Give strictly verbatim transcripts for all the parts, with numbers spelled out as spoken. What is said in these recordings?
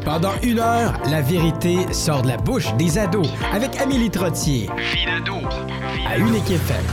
Pendant une heure, la vérité sort de la bouche des ados avec Amélie Trottier. Vie d'ado. À Unique F M.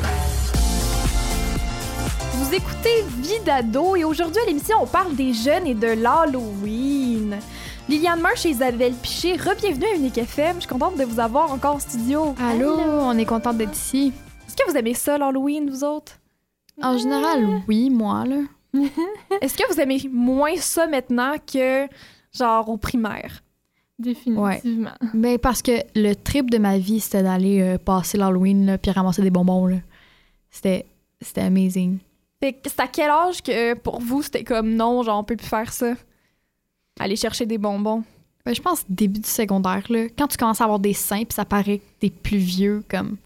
Vous écoutez Vie d'ado et aujourd'hui à l'émission, on parle des jeunes et de l'Halloween. Liliane Marsh et Isabelle Piché, re-bienvenue à Unique F M. Je suis contente de vous avoir encore en studio. Allô, Allô. On est contente d'être ici. Est-ce que vous aimez ça, l'Halloween, vous autres? En général, oui, moi, là. Est-ce que vous aimez moins ça maintenant que, genre, au primaire? Définitivement. Ouais. Ben, parce que le trip de ma vie, c'était d'aller euh, passer l'Halloween, là, puis ramasser des bonbons, là. C'était, c'était amazing. Fait que c'est à quel âge que, pour vous, c'était comme non, genre, on peut plus faire ça? Aller chercher des bonbons? Ben, je pense début du secondaire, là. Quand tu commences à avoir des seins, puis ça paraît que t'es plus vieux, comme...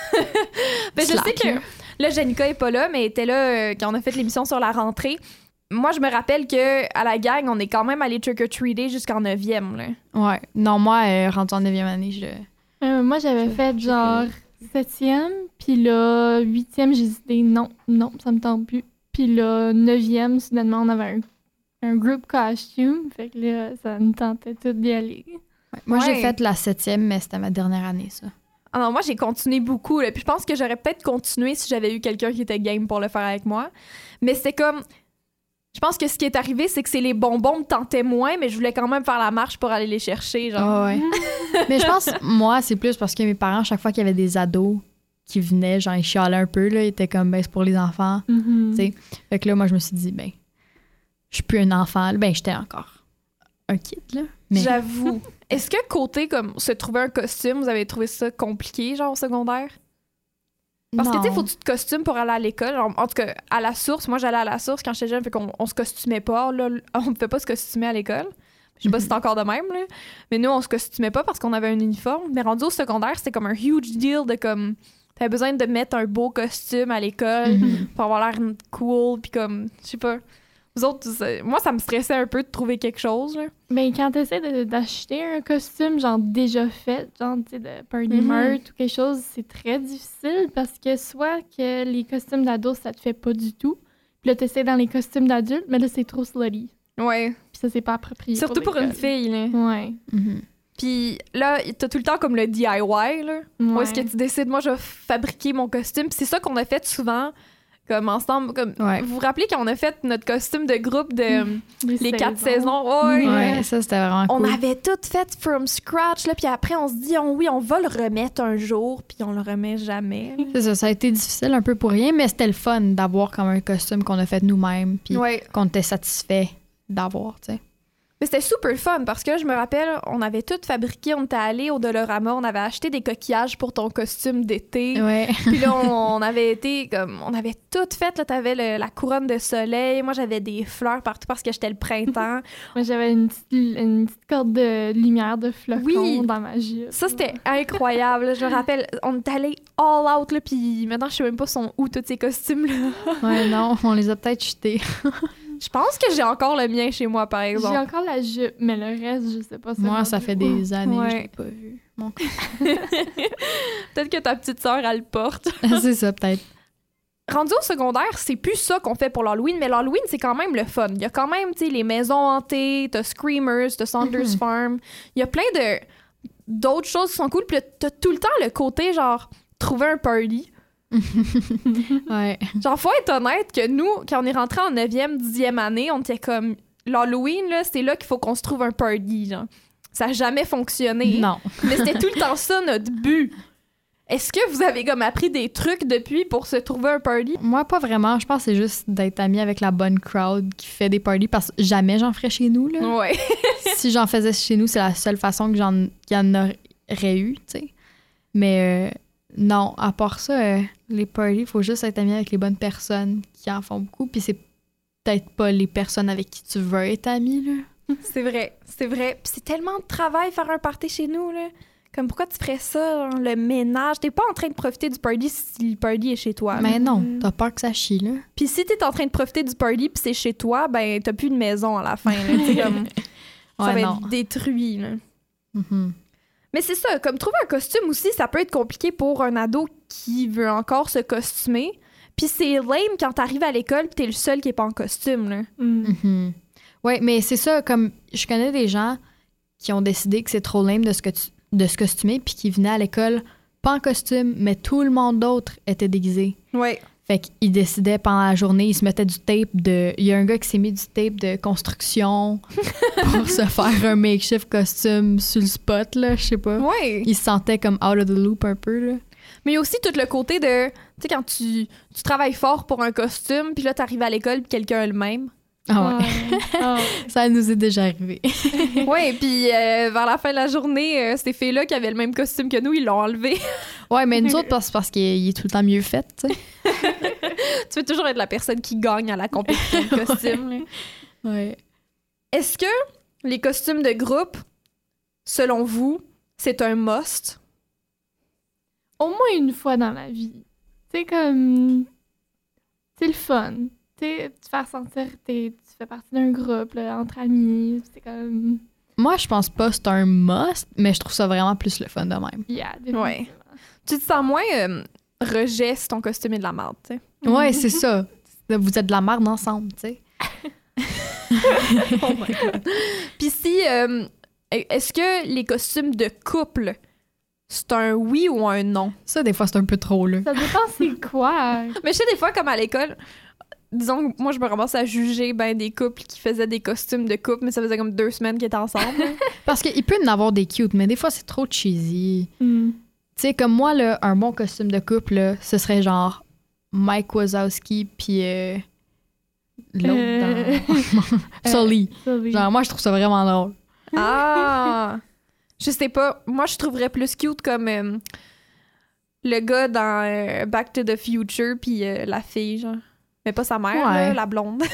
ben, je sais que... Là, Janica est pas là, mais elle était là euh, quand on a fait l'émission sur la rentrée. Moi, je me rappelle que à la gang, on est quand même allé trick-or-treater jusqu'en neuvième, là. Ouais. Non, moi, euh, rendu en neuvième année, je... Euh, moi, j'avais je, fait je, genre je... septième, puis là, huitième, j'ai dit non, non, ça me tente plus. Puis là, neuvième, soudainement, on avait un, un group costume, fait que là, ça me tentait tout d'y aller. Ouais. Moi, ouais. j'ai fait la septième, mais c'était ma dernière année, ça. Ah non, moi, j'ai continué beaucoup, là. Puis je pense que j'aurais peut-être continué si j'avais eu quelqu'un qui était game pour le faire avec moi. Mais c'était comme... Je pense que ce qui est arrivé, c'est que c'est les bonbons me tentaient moins, mais je voulais quand même faire la marche pour aller les chercher, genre. Oh, ouais. Mais je pense, moi, c'est plus parce que mes parents, chaque fois qu'il y avait des ados qui venaient, genre, ils chialaient un peu, là. Ils étaient comme, ben, c'est pour les enfants, mm-hmm. tu sais. Fait que là, moi, je me suis dit, ben, je suis plus un enfant. Ben, j'étais encore un kid, là. Mais... J'avoue. Est-ce que côté, comme, se trouver un costume, vous avez trouvé ça compliqué, genre, au secondaire? Parce non. que, tu sais, faut que tu te costumes pour aller à l'école. Genre, en tout cas, à la source, moi, j'allais à la source quand j'étais jeune, fait qu'on on se costumait pas. Là, on ne pouvait pas se costumer à l'école. Je sais pas mm-hmm. si c'est encore de même, là. Mais nous, on se costumait pas parce qu'on avait un uniforme. Mais rendu au secondaire, c'était comme un huge deal de comme... T'avais besoin de mettre un beau costume à l'école mm-hmm. pour avoir l'air cool, puis comme, je sais pas... Vous autres, moi, ça me stressait un peu de trouver quelque chose, là. Ben, quand t'essaies de, d'acheter un costume, genre, déjà fait, genre, tu sais, de party mm-hmm. meurt ou quelque chose, c'est très difficile parce que soit que les costumes d'ados, ça te fait pas du tout, puis là, t'essaies dans les costumes d'adultes, mais là, c'est trop slutty. Ouais. Puis ça, c'est pas approprié. Surtout pour, pour une fille, là. Ouais. Mm-hmm. Puis là, t'as tout le temps comme le D I Y, là. Ouais. Où est-ce que tu décides, moi, je vais fabriquer mon costume. Puis c'est ça qu'on a fait souvent... Comme ensemble, comme ouais. vous vous rappelez quand on a fait notre costume de groupe de mmh. les, les quatre saisons? Oh, ouais. ouais, ça c'était vraiment on cool. On avait tout fait from scratch, là, puis après on se dit, on, oui, on va le remettre un jour, puis on le remet jamais. C'est ça, ça a été difficile un peu pour rien, mais c'était le fun d'avoir comme un costume qu'on a fait nous-mêmes, puis ouais. qu'on était satisfait d'avoir, tu sais. Mais c'était super fun parce que là, je me rappelle, on avait tout fabriqué, on était allé au Dolorama, on avait acheté des coquillages pour ton costume d'été. Ouais. Puis là, on, on avait été comme, on avait tout fait. Là, t'avais le, la couronne de soleil. Moi, j'avais des fleurs partout parce que j'étais le printemps. Moi, j'avais une petite, une petite corde de lumière de flocons oui. dans ma jupe. Ça, c'était incroyable. Je me rappelle, on est allé all out, là, puis maintenant, je sais même pas sont où tous ces costumes-là. Ouais, non, on les a peut-être jetés. Je pense que j'ai encore le mien chez moi, par exemple. J'ai encore la jupe, mais le reste, je sais pas. Ça moi, ça fait des années ouais. que je l'ai pas vu. Bon. Peut-être que ta petite sœur, elle le porte. C'est ça, peut-être. Rendu au secondaire, c'est plus ça qu'on fait pour l'Halloween, mais l'Halloween, c'est quand même le fun. Il y a quand même, tu sais, les maisons hantées, t'as Screamers, t'as Saunders mm-hmm. Farm. Il y a plein de d'autres choses qui sont cool. Puis t'as tout le temps le côté, genre, trouver un party. Ouais. Genre, faut être honnête que nous, quand on est rentré en neuvième, dixième année, on était comme l'Halloween, là, c'est là qu'il faut qu'on se trouve un party, genre. Ça n'a jamais fonctionné. Non. Mais c'était tout le temps ça, notre but. Est-ce que vous avez comme appris des trucs depuis pour se trouver un party? Moi, pas vraiment. Je pense que c'est juste d'être ami avec la bonne crowd qui fait des parties parce que jamais j'en ferais chez nous, là. Ouais. Si j'en faisais chez nous, c'est la seule façon que j'en qu'il y en aurait eu, tu sais. Mais... Euh, non, à part ça, euh, les parties, il faut juste être ami avec les bonnes personnes qui en font beaucoup. Puis c'est peut-être pas les personnes avec qui tu veux être ami, là. C'est vrai, c'est vrai. Puis c'est tellement de travail faire un party chez nous, là. Comme pourquoi tu ferais ça, hein, le ménage? T'es pas en train de profiter du party si le party est chez toi. Là. Mais non, t'as peur que ça chie, là. Puis si t'es en train de profiter du party puis c'est chez toi, ben t'as plus de maison à la fin, là. T'sais, comme, ça ouais, va non. être détruit, là. Mm-hmm. Mais c'est ça, comme trouver un costume aussi, ça peut être compliqué pour un ado qui veut encore se costumer. Puis c'est lame quand t'arrives à l'école pis t'es le seul qui est pas en costume, là. Mm. Mm-hmm. Ouais, mais c'est ça, comme je connais des gens qui ont décidé que c'est trop lame de se, de se costumer puis qui venaient à l'école pas en costume, mais tout le monde d'autre était déguisé. Ouais. Fait qu'ils décidaient pendant la journée, ils se mettaient du tape de... Il y a un gars qui s'est mis du tape de construction pour se faire un makeshift costume sur le spot, là, je sais pas. Ouais. Il se sentait comme out of the loop un peu, là. Mais il y a aussi tout le côté de... Tu sais, quand tu, tu travailles fort pour un costume, puis là, t'arrives à l'école, puis quelqu'un a le même. Ah ouais. Ah. Ça nous est déjà arrivé. Ouais, puis euh, vers la fin de la journée, euh, ces filles-là qui avaient le même costume que nous, ils l'ont enlevé. Ouais, mais nous autres, parce, parce qu'il est tout le temps mieux fait, tu sais. Tu veux toujours être la personne qui gagne à la compétition de costume. Là. Ouais. Est-ce que les costumes de groupe, selon vous, c'est un must? Au moins une fois dans la vie. Tu sais, comme... C'est le fun. Tu sais, te faire sentir que tu fais partie d'un groupe, là, entre amis. C'est comme... Moi, je pense pas que c'est un must, mais je trouve ça vraiment plus le fun de même. Yeah, définitivement. Ouais. Tu te sens moins euh, rejet si ton costume est de la merde, tu sais. Ouais, c'est ça. Vous êtes de la merde ensemble, tu sais. Oh my God. Puis si... euh, est-ce que les costumes de couple, c'est un oui ou un non? Ça, des fois, c'est un peu trop, là. Ça dépend c'est quoi. Mais je sais, des fois, comme à l'école, disons que moi, je me ramasse à juger ben, des couples qui faisaient des costumes de couple, mais ça faisait comme deux semaines qu'ils étaient ensemble. Parce qu'il peut y en avoir des cute, mais des fois, c'est trop cheesy. Mm. Tu sais, comme moi, là, un bon costume de couple, là, ce serait genre Mike Wazowski puis euh, l'autre Euh, dans... Sully. Sorry. Genre, moi, je trouve ça vraiment drôle. Ah! Je sais pas. Moi, je trouverais plus cute comme euh, le gars dans euh, Back to the Future puis euh, la fille, genre. Mais pas sa mère, Ouais. là, la blonde.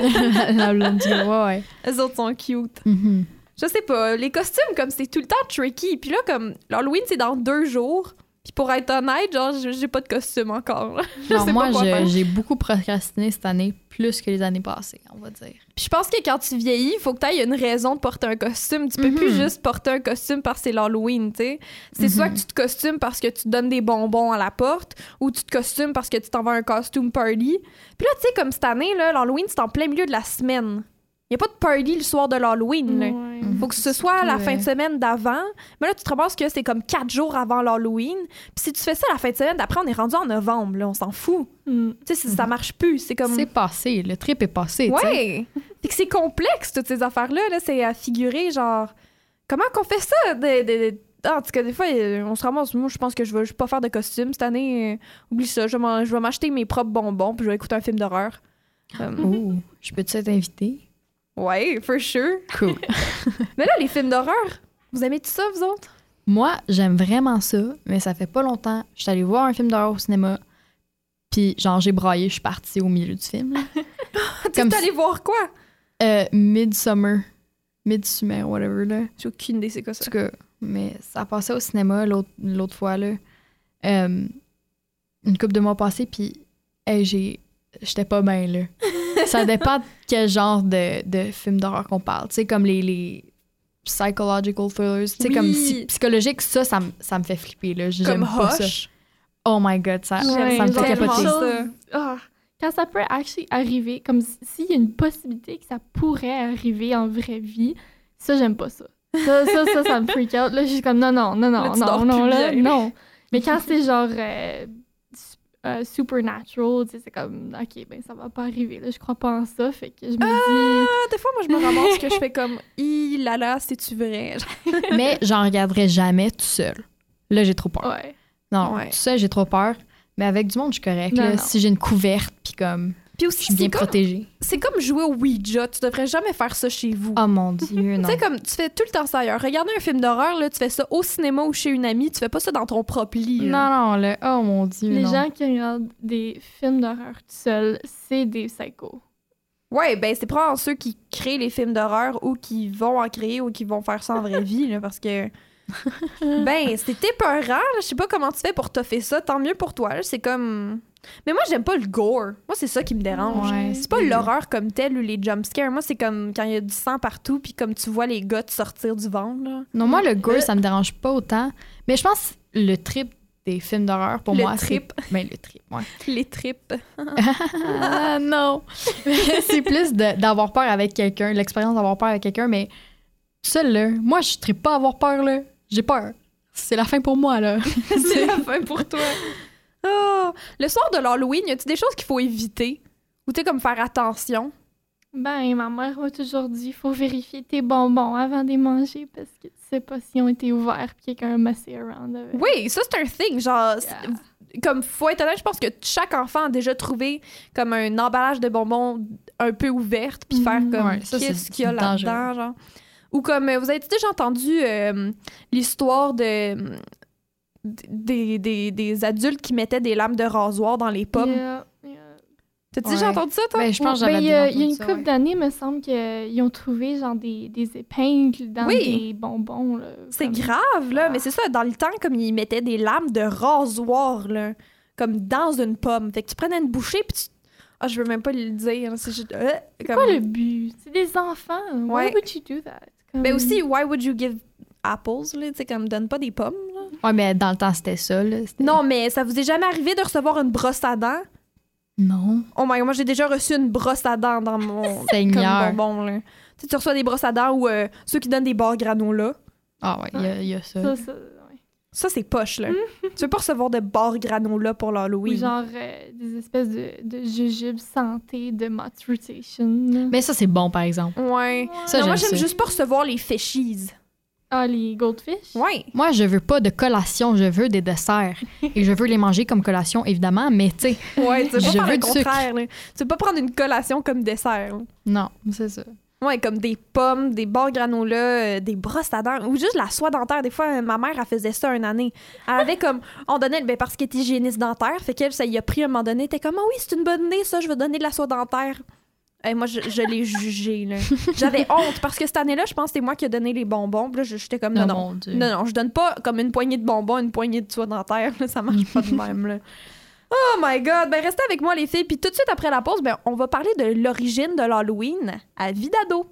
La blonde du gars, ouais, ouais. Les autres sont cute. Mhm. Je sais pas. Les costumes, comme c'est tout le temps tricky. Puis là, comme l'Halloween, c'est dans deux jours. Puis pour être honnête, genre, j'ai j'ai pas de costume encore. là. Je Non, sais moi, pas quoi je- faire. j'ai beaucoup procrastiné cette année, plus que les années passées, on va dire. Puis je pense que quand tu vieillis, il faut que tu aies une raison de porter un costume. Tu peux Mhm. plus juste porter un costume parce que c'est l'Halloween, tu sais. C'est Mhm. soit que tu te costumes parce que tu te donnes des bonbons à la porte ou tu te costumes parce que tu t'en vas à un costume party. Puis là, tu sais, comme cette année, là, l'Halloween, c'est en plein milieu de la semaine. Il y a pas de party le soir de l'Halloween, là. Ouais. Faut que ce soit la Surtout, fin de euh, semaine d'avant. Mais là, tu te ramasses que c'est comme quatre jours avant l'Halloween. Puis si tu fais ça la fin de semaine d'après, on est rendu en novembre, là. On s'en fout. Mm. Tu sais, ça marche plus. C'est comme... C'est passé, le trip est passé, tu sais. Ouais! Fait que c'est complexe, toutes ces affaires-là. Là, c'est à figurer, genre... Comment qu'on fait ça? De, de- de- Ah, en tout cas, des fois, euh, on se ramasse... Moi, je pense que je vais, je vais pas faire de costume cette année. Euh, oublie ça. Je vais m'en- je vais m'acheter mes propres bonbons puis je vais écouter un film d'horreur. Euh, Oh, je peux-tu être invitée? ouais, for sure. Cool. Mais là, les films d'horreur, vous aimez tout ça, vous autres? Moi, j'aime vraiment ça, mais ça fait pas longtemps. Je suis allée voir un film d'horreur au cinéma, puis genre, j'ai braillé, je suis partie au milieu du film. là. Tu Comme es allé voir quoi? Euh, Midsummer. Midsummer, whatever, là. J'ai aucune idée c'est quoi En ça. tout cas, mais ça passait au cinéma l'autre l'autre fois, là. Euh, une couple de mois passés, puis hey, j'ai... J'étais pas bien, là. Ça dépend de quel genre de, de film d'horreur qu'on parle. Tu sais, comme les, les psychological thrillers. Tu sais, Oui. comme psy- psychologique, ça, ça, me- ça me fait flipper, là. J'aime Comme pas ça. Hush. Oh my God, ça, Ouais, ça me genre fait tellement capoter. ça. chose- ah, quand ça peut actually arriver, comme s- s'il y a une possibilité que ça pourrait arriver en vraie vie, ça, j'aime pas ça. Ça, ça, ça, ça me freak out. Là, je suis comme non, non, non, Là, non, tu non, dors non, plus là, bien. non. Mais quand c'est genre euh, su- euh, supernatural, tu sais, c'est comme, OK, ben ça va pas arriver. Là, je crois pas en ça, fait que je me dis... Ah, des fois, moi, je me ramasse que je fais comme « Hi, là là, c'est-tu vrai? » Mais j'en regarderai jamais tout seul. Là, j'ai trop peur. Ouais. Non, Ouais. tout seul, j'ai trop peur. Mais avec du monde, je suis correcte. Non, là. non. Si j'ai une couverte, puis comme, Puis je aussi, suis bien c'est comme, protégée. c'est comme jouer au Ouija. Tu devrais jamais faire ça chez vous. Oh mon Dieu, non. Tu sais, comme tu fais tout le temps ça ailleurs. Regarder un film d'horreur, là, tu fais ça au cinéma ou chez une amie. Tu fais pas ça dans ton propre lit. là. Non, non, là, oh mon Dieu, Les non. gens qui regardent des films d'horreur tout seuls, c'est des psychos. Ouais, ben c'est probablement ceux qui créent les films d'horreur ou qui vont en créer ou qui vont faire ça en vraie vie, là, parce que... ben, c'est épeurant, là. Je sais pas comment tu fais pour toffer ça. Tant mieux pour toi, là. C'est comme... Mais moi, j'aime pas le gore. Moi, c'est ça qui me dérange. Ouais, C'est pas c'est- l'horreur comme telle ou les jumpscares. Moi, c'est comme quand il y a du sang partout puis comme tu vois les gars te sortir du ventre, là. Non, moi, le gore, Euh. ça me dérange pas autant. Mais je pense que le trip des films d'horreur, pour Le moi, trip. c'est... Ben, le trip, ouais. Les tripes. Ah, non! c'est plus de- d'avoir peur avec quelqu'un, l'expérience d'avoir peur avec quelqu'un, mais Seule, là. Moi, je ne pas à avoir peur, là. J'ai peur. C'est la fin pour moi, là. C'est la fin pour toi. Oh. Le soir de l'Halloween, y a-t-il des choses qu'il faut éviter? Ou tu sais, comme faire attention? Ben, ma mère m'a toujours dit, il faut vérifier tes bonbons avant de les manger parce que tu sais pas s'ils ont été ouverts puis quelqu'un a messé around avec. Oui, ça, c'est un thing. Genre, Yeah. c'est- comme, faut être honnête, je pense que chaque enfant a déjà trouvé comme un emballage de bonbons un peu ouvert puis Mhm. faire comme, Ouais, ça, qu'est-ce c'est- qu'il y a c'est là-dedans, dangereux. genre. Ou comme, euh, vous avez déjà entendu euh, l'histoire de... Des, des, des adultes qui mettaient des lames de rasoir dans les pommes. Yeah, yeah. T'as-tu Ouais. déjà entendu ça, toi? Ben, je pense que Ben, j'avais il y a, déjà il y a une entendu ça, couple ouais. d'années, il me semble qu'ils ont trouvé genre des, des épingles dans Oui. des bonbons. Là, C'est comme- grave, là. Ah. Mais c'est ça, dans le temps, comme ils mettaient des lames de rasoir, là, comme dans une pomme. Fait que tu prenais une bouchée, puis tu... Ah, je veux même pas le dire. C'est juste... euh, C'est comme... quoi le but? C'est des enfants. Ouais. Why would you do that? Comme- Mais aussi, why would you give apples, là? Tu sais, comme donne pas des pommes, là. Ouais, mais dans le temps, c'était ça, là. C'était- Non, mais ça vous est jamais arrivé de recevoir une brosse à dents? Non. Oh my god, moi, j'ai déjà reçu une brosse à dents dans mon... Seigneur. comme bonbon, là. Tu sais, tu reçois des brosses à dents ou euh, ceux qui donnent des barres granola. Ah ouais, il y a- il y, a ça. Ça, ça, ouais. Ça, c'est poche, là. Tu veux pas recevoir de barres granola pour Ou l'Halloween. genre euh, des espèces de, de jujubes santé de moth rotation. là. Mais ça, c'est bon, par exemple. Ouais. Ça, non, moi, j'aime j'aime ça. juste pas recevoir les fishies. Ah, les goldfish? Ouais. Moi, je veux pas de collation, je veux des desserts. Et je veux les manger comme collation, évidemment, mais tu sais, Ouais, tu veux pas Je faire veux le du sucre. contraire, là. Tu veux pas prendre une collation comme dessert, là. non, c'est ça. Ouais, comme des pommes, des barres granola, euh, des brosses à dents, ou juste la soie dentaire. Des fois, euh, ma mère, elle faisait ça une année. Elle avait comme... On donnait... Ben, parce qu'elle était hygiéniste dentaire, fait qu'elle, ça y a pris un moment donné. Elle était comme, ah oui, c'est une bonne idée, ça, je vais donner de la soie dentaire. Et moi, je, je l'ai jugée, là. J'avais honte, parce que cette année-là, je pense que c'est moi qui ai donné les bonbons. Puis là, je- j'étais comme, non, Oh, non. mon Dieu. Non, non, je donne pas comme une poignée de bonbons, une poignée de soie dentaire. Là, ça marche pas de même, là. Oh my God! Ben, restez avec moi, les filles. Puis tout de suite après la pause, ben, on va parler de l'origine de l'Halloween à Vidado.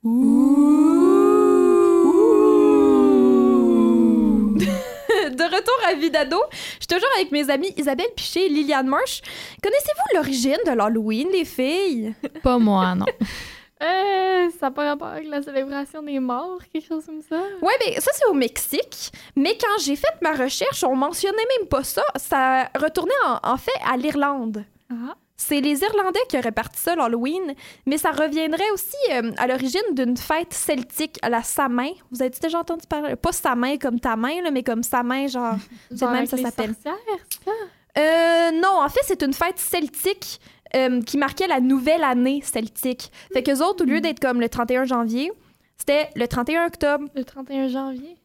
De retour à Vidado, je suis toujours avec mes amies Isabelle Piché et Liliane Marsh. Connaissez-vous l'origine de l'Halloween, les filles? Pas moi, non. Euh, ça n'a pas rapport avec la célébration des morts, quelque chose comme ça? Ouais, ben ça, c'est au Mexique. Mais quand j'ai fait ma recherche, on mentionnait même pas ça. Ça retournait en, en fait à l'Irlande. Ah. C'est les Irlandais qui auraient parti ça, l'Halloween, mais ça reviendrait aussi euh, à l'origine d'une fête celtique, à la Samin. Vous avez déjà entendu parler? Pas Samin comme ta main, là, mais comme Samin, genre... Genre même avec ça les s'appelle. sorcières, c'est ça? Euh, non, en fait, c'est une fête celtique euh, qui marquait la nouvelle année celtique. Fait qu'eux autres, au lieu d'être comme le trente et un janvier, c'était le trente et un octobre, Le trente et un janvier?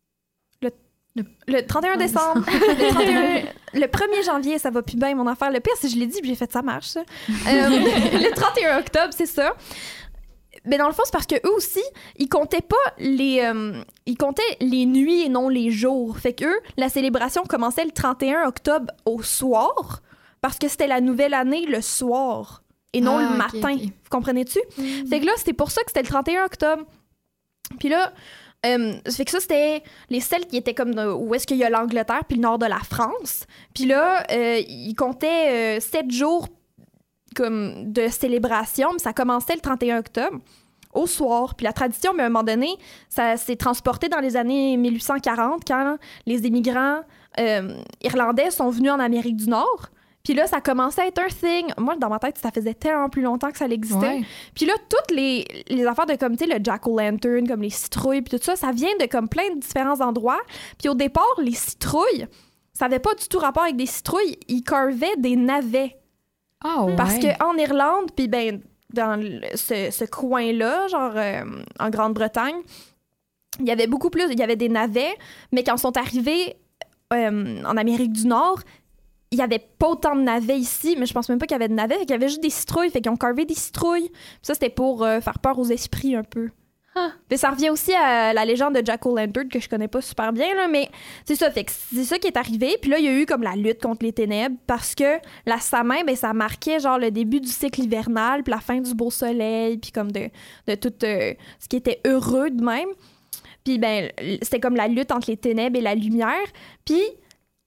le trente et un décembre, le, trente et un le premier janvier, ça va plus bien, mon affaire. Le pire, c'est que je l'ai dit, puis j'ai fait ça marche, ça. Euh, le trente et un octobre, c'est ça. Mais dans le fond, c'est parce que eux aussi, ils comptaient pas les... euh, ils comptaient les nuits et non les jours. Fait qu'eux, la célébration commençait le trente et un octobre au soir, parce que c'était la nouvelle année le soir, et non Ah, le ok, matin. ok. Vous comprenez-tu? Mm. Fait que là, c'était pour ça que c'était le trente et un octobre. Puis là, euh, fait que ça, c'était les Celtes qui étaient comme de- où est-ce qu'il y a l'Angleterre puis le nord de la France. Puis là, euh, ils comptaient euh, sept jours comme de célébration. Mais ça commençait le trente et un octobre au soir. Puis la tradition, mais à un moment donné, ça s'est transporté dans les années mille huit cent quarante quand les immigrants euh, irlandais sont venus en Amérique du Nord. Puis là, ça commençait à être un thing. Moi, dans ma tête, ça faisait tellement plus longtemps que ça existait. Ouais. Puis là, toutes les, les affaires de comme, tu sais, le jack-o'-lantern, comme les citrouilles, puis tout ça, ça vient de comme plein de différents endroits. Puis au départ, les citrouilles, ça n'avait pas du tout rapport avec des citrouilles. Ils carvaient des navets. Ah ouais. Parce qu'en Irlande, puis ben, dans le- ce, ce coin-là, genre euh, en Grande-Bretagne, il y avait beaucoup plus, il y avait des navets, mais quand ils sont arrivés euh, en Amérique du Nord, il y avait pas autant de navets ici, mais je pense même pas qu'il y avait de navets, fait qu'il y avait juste des citrouilles, fait qu'ils ont carvé des citrouilles. Puis ça, c'était pour euh, faire peur aux esprits un peu. Ah. Puis ça revient aussi à la légende de Jack-o'-lantern que je connais pas super bien, là, mais c'est ça, fait que c'est ça qui est arrivé. Puis là, il y a eu comme la lutte contre les ténèbres parce que la Samin, ben, ça marquait genre le début du cycle hivernal, puis la fin du beau soleil, puis comme de, de tout euh, ce qui était heureux de même. Puis ben, c'était comme la lutte entre les ténèbres et la lumière. Puis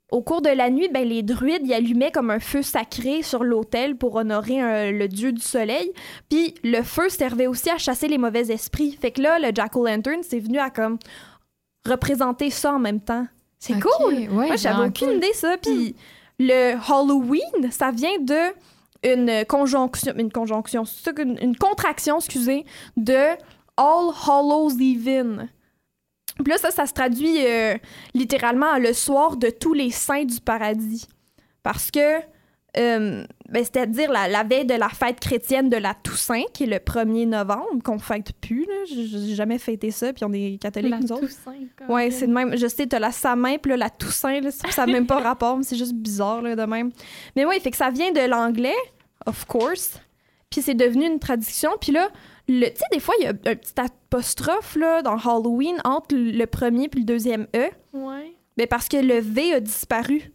au cours de la nuit, ben, les druides y allumaient comme un feu sacré sur l'autel pour honorer un, le dieu du soleil. Puis le feu servait aussi à chasser les mauvais esprits. Fait que là, le Jack-o'-lantern, c'est venu à comme représenter ça en même temps. C'est Ok, cool! ouais, Moi, j'avais vraiment aucune cool. idée, ça. Puis le Halloween, ça vient de une conjonction... Une conjonction... c'est ça qu'une- une contraction, excusez, de All Hallows Even. Puis là, ça, ça se traduit euh, littéralement à le soir de tous les saints du paradis. Parce que, euh, ben, c'est-à-dire la, la veille de la fête chrétienne de la Toussaint, qui est le premier novembre, qu'on fête plus, là. J'ai j'ai jamais fêté ça, puis on est catholiques, La nous autres. Toussaint, quand Ouais, même. c'est de même. Je sais, t'as la Samin, puis là, la Toussaint, là, ça n'a même pas rapport, mais c'est juste bizarre, là, de même. Mais ouais, fait que ça vient de l'anglais, of course, puis c'est devenu une tradition, puis là, le- tu sais, des fois, il y a un petit apostrophe, là, dans Halloween, entre le premier puis le deuxième E, Ouais. mais parce que le V a disparu.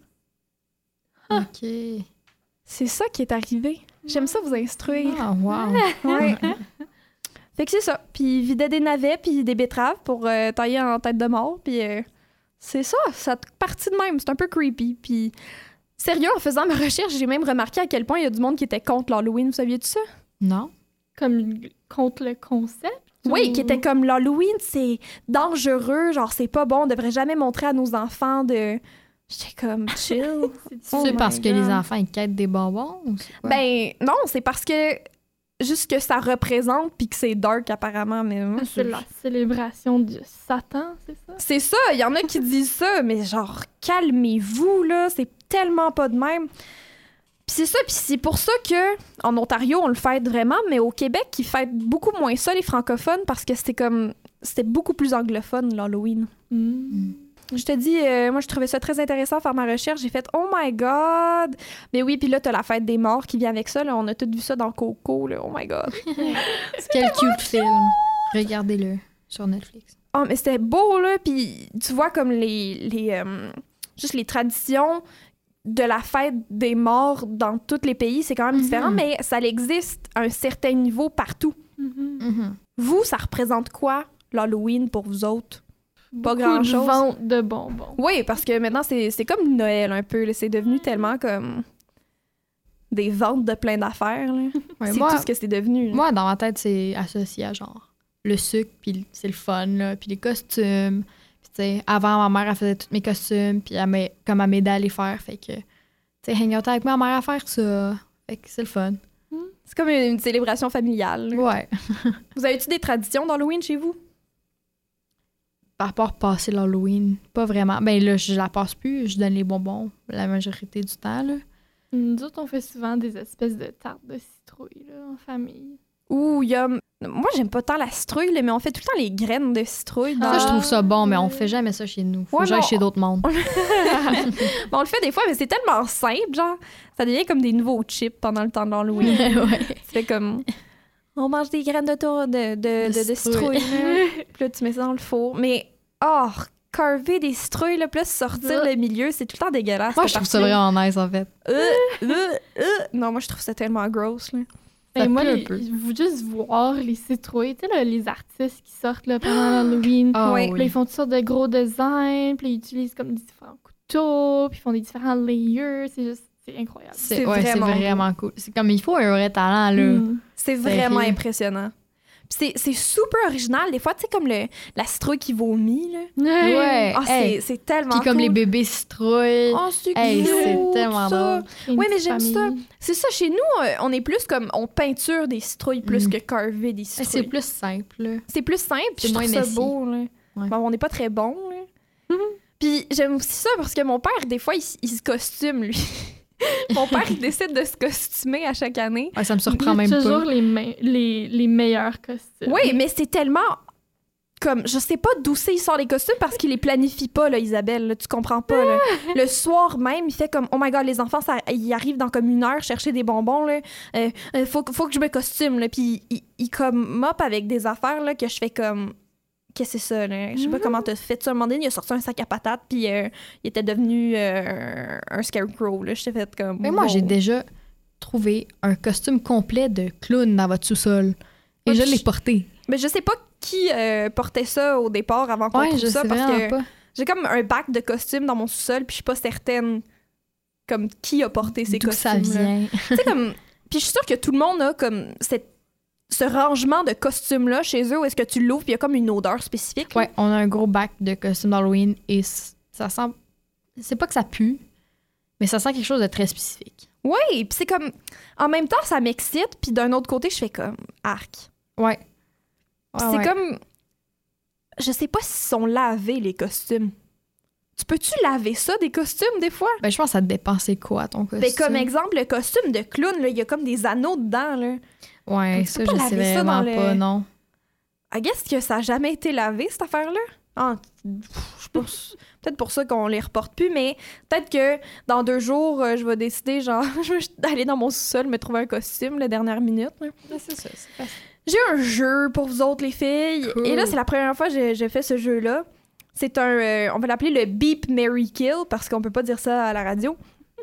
OK. C'est ça qui est arrivé. J'aime ça vous instruire. Ah, wow. Ouais. Fait que c'est ça. Puis il vidait des navets puis des betteraves pour euh, tailler en tête de mort. Puis euh, c'est ça, ça a parti de même. C'est un peu creepy. Puis sérieux, en faisant ma recherche, j'ai même remarqué à quel point il y a du monde qui était contre l'Halloween. Vous saviez de ça? Non? Comme contre le concept? Oui, ou- qui était comme l'Halloween, c'est dangereux, genre c'est pas bon, on devrait jamais montrer à nos enfants de... J'étais comme chill. C'est Oh my parce que God. les enfants, ils quêtent des bonbons? Ou c'est quoi? Ben non, c'est parce que juste que ça représente puis que c'est dark apparemment, mais moi, C'est la célébration de Satan, c'est ça? c'est ça, il y en a qui disent ça, mais genre calmez-vous là, c'est tellement pas de même. Puis c'est ça, puis c'est pour ça que en Ontario on le fête vraiment, mais au Québec ils fêtent beaucoup moins ça les francophones parce que c'était comme c'était beaucoup plus anglophone l'Halloween. Mm. Je te dis, euh, moi, je trouvais ça très intéressant à faire ma recherche. J'ai fait « Oh my God! » Mais oui, puis là, t'as la fête des morts qui vient avec ça. Là. On a tous vu ça dans Coco. Là. Oh my God! Quel cute film. Regardez-le sur Netflix. Oh, mais c'était beau, là. Puis tu vois comme les... les euh, juste les traditions de la fête des morts dans tous les pays, c'est quand même différent, Mhm. mais ça existe à un certain niveau partout. Mhm. Mhm. Vous, ça représente quoi, l'Halloween, pour vous autres? Pas Beaucoup grand-chose. de vente de bonbons. Oui, parce que maintenant, c'est c'est comme Noël un peu. là. C'est devenu tellement comme des ventes de plein d'affaires. là. Ouais, c'est moi, tout ce que c'est devenu. là. moi, dans ma tête, c'est associé à genre le sucre, puis c'est le fun, là, puis les costumes. Puis, tu sais, avant, ma mère, elle faisait tous mes costumes, puis elle m'a- comme elle m'aidait à les faire. Fait que, tu sais, hang out avec ma mère à faire ça. Fait que c'est le fun. C'est comme une, une célébration familiale. là. Ouais. Vous avez-tu des traditions d'Halloween chez vous? Par rapport à passer l'Halloween, pas vraiment. Ben là, je la passe plus, je donne les bonbons la majorité du temps, là. Nous autres, on fait souvent des espèces de tartes de citrouille là, en famille. Ou il y a... Moi, j'aime pas tant la citrouille, là, mais on fait tout le temps les graines de citrouille. dans- Ça, je trouve ça bon, mais on ouais. fait jamais ça chez nous. Faut Ouais, que j'aille non. chez d'autres mondes. Bon, on le fait des fois, mais c'est tellement simple, genre. Ça devient comme des nouveaux chips pendant le temps de l'Halloween. ouais. C'est comme... On mange des graines de, tour- de, de, de, de, De citrouille. là. Puis là, tu mets ça dans le four. Mais, oh, carver des citrouilles, là, puis là, sortir le milieu, c'est tout le temps dégueulasse. Moi, cette je trouve ça partie-là. vraiment nice, en fait. Euh, euh, euh. Non, moi, je trouve ça tellement gross, là. Ça Ben, moi, pue un les- peu. vous juste voir les citrouilles, tu sais, là, les artistes qui sortent là, pendant l'Halloween. Ah Ouais. Puis là, ils font toutes sortes de gros designs, puis là, ils utilisent comme différents couteaux, puis ils font des différents layers. C'est juste, c'est incroyable. C'est C'est ouais, c'est vraiment vraiment cool. C'est comme, il faut un vrai talent, là. Mm. C'est Sérieux. vraiment impressionnant. Puis c'est c'est super original. Des fois, tu sais, comme le, la citrouille qui vomit, là. Ouais. Ah, Hey. c'est- c'est tellement Puis comme cool. les bébés citrouilles. Oh, c'est Hey, cute, c'est tellement ça. drôle. Une Ouais, mais petite j'aime ça. famille. C'est ça, chez nous, euh, on est plus comme... On peinture des citrouilles plus Mm. que carver des Eh, citrouilles. C'est plus simple, là. C'est plus simple, puis C'est je moins trouve ça messy. beau. Là. Ouais. Bon, on n'est pas très bon. Là. Mhm. Puis j'aime aussi ça parce que mon père, des fois, il, s- il se costume, lui. Mon père, il décide de se costumer à chaque année. Ouais, ça me surprend même Toujours pas. les, me- les, les meilleurs costumes. Oui, mais c'est tellement... Comme, je sais pas d'où c'est il sort les costumes parce qu'il les planifie pas, là, Isabelle. Là, tu comprends pas, là. Le soir même, il fait comme, oh my God, les enfants, ça, ils arrivent dans comme une heure chercher des bonbons, là. Euh, euh, faut, faut que je me costume, là. Puis il, il comme mop avec des affaires, là, que je fais comme... Qu'est-ce que c'est ça, là? Je sais pas comment t'as fait ça. À un moment donné, il a sorti un sac à patates, puis euh, il était devenu euh, un scarecrow, là. Je t'ai fait comme... Mais moi, wow. j'ai déjà trouvé un costume complet de clown dans votre sous-sol. Et Ouais, je puis l'ai je- porté. Mais je sais pas qui euh, portait ça au départ avant qu'on Ouais, trouve je ça, sais parce vraiment que pas. j'ai comme un bac de costumes dans mon sous-sol, puis je suis pas certaine comme qui a porté ces D'où ça costumes-là. vient. Tu sais, comme... Puis je suis sûre que tout le monde a comme cette... ce rangement de costumes-là chez eux où est-ce que tu l'ouvres puis il y a comme une odeur spécifique. là. Ouais, on a un gros bac de costumes d'Halloween et c- ça sent... C'est pas que ça pue, mais ça sent quelque chose de très spécifique. Oui, puis c'est comme... En même temps, ça m'excite, puis d'un autre côté, je fais comme... Arc. Ouais. Puis Ouais, c'est ouais. comme... Je sais pas s'ils sont lavés, les costumes. Tu peux-tu laver ça, des costumes, des fois? Ben, je pense que ça dépend c'est quoi ton costume. Ben, comme exemple, le costume de clown, là, il y a comme des anneaux dedans, là. Ouais, tu ça, peux pas je sais laver ça vraiment dans le- pas, non. I guess que ça a jamais été lavé, cette affaire-là. Ah, pff, je sais pas. Peut-être pour ça qu'on les reporte plus, mais peut-être que dans deux jours, euh, je vais décider, genre, je vais juste aller dans mon sous-sol, me trouver un costume, la dernière minute. là. C'est ça, c'est facile. J'ai un jeu pour vous autres, les filles. Cool. Et là, c'est la première fois que j'ai, j'ai fait ce jeu-là. C'est un... euh, on va l'appeler le Beep, Marry, Kill, parce qu'on peut pas dire ça à la radio.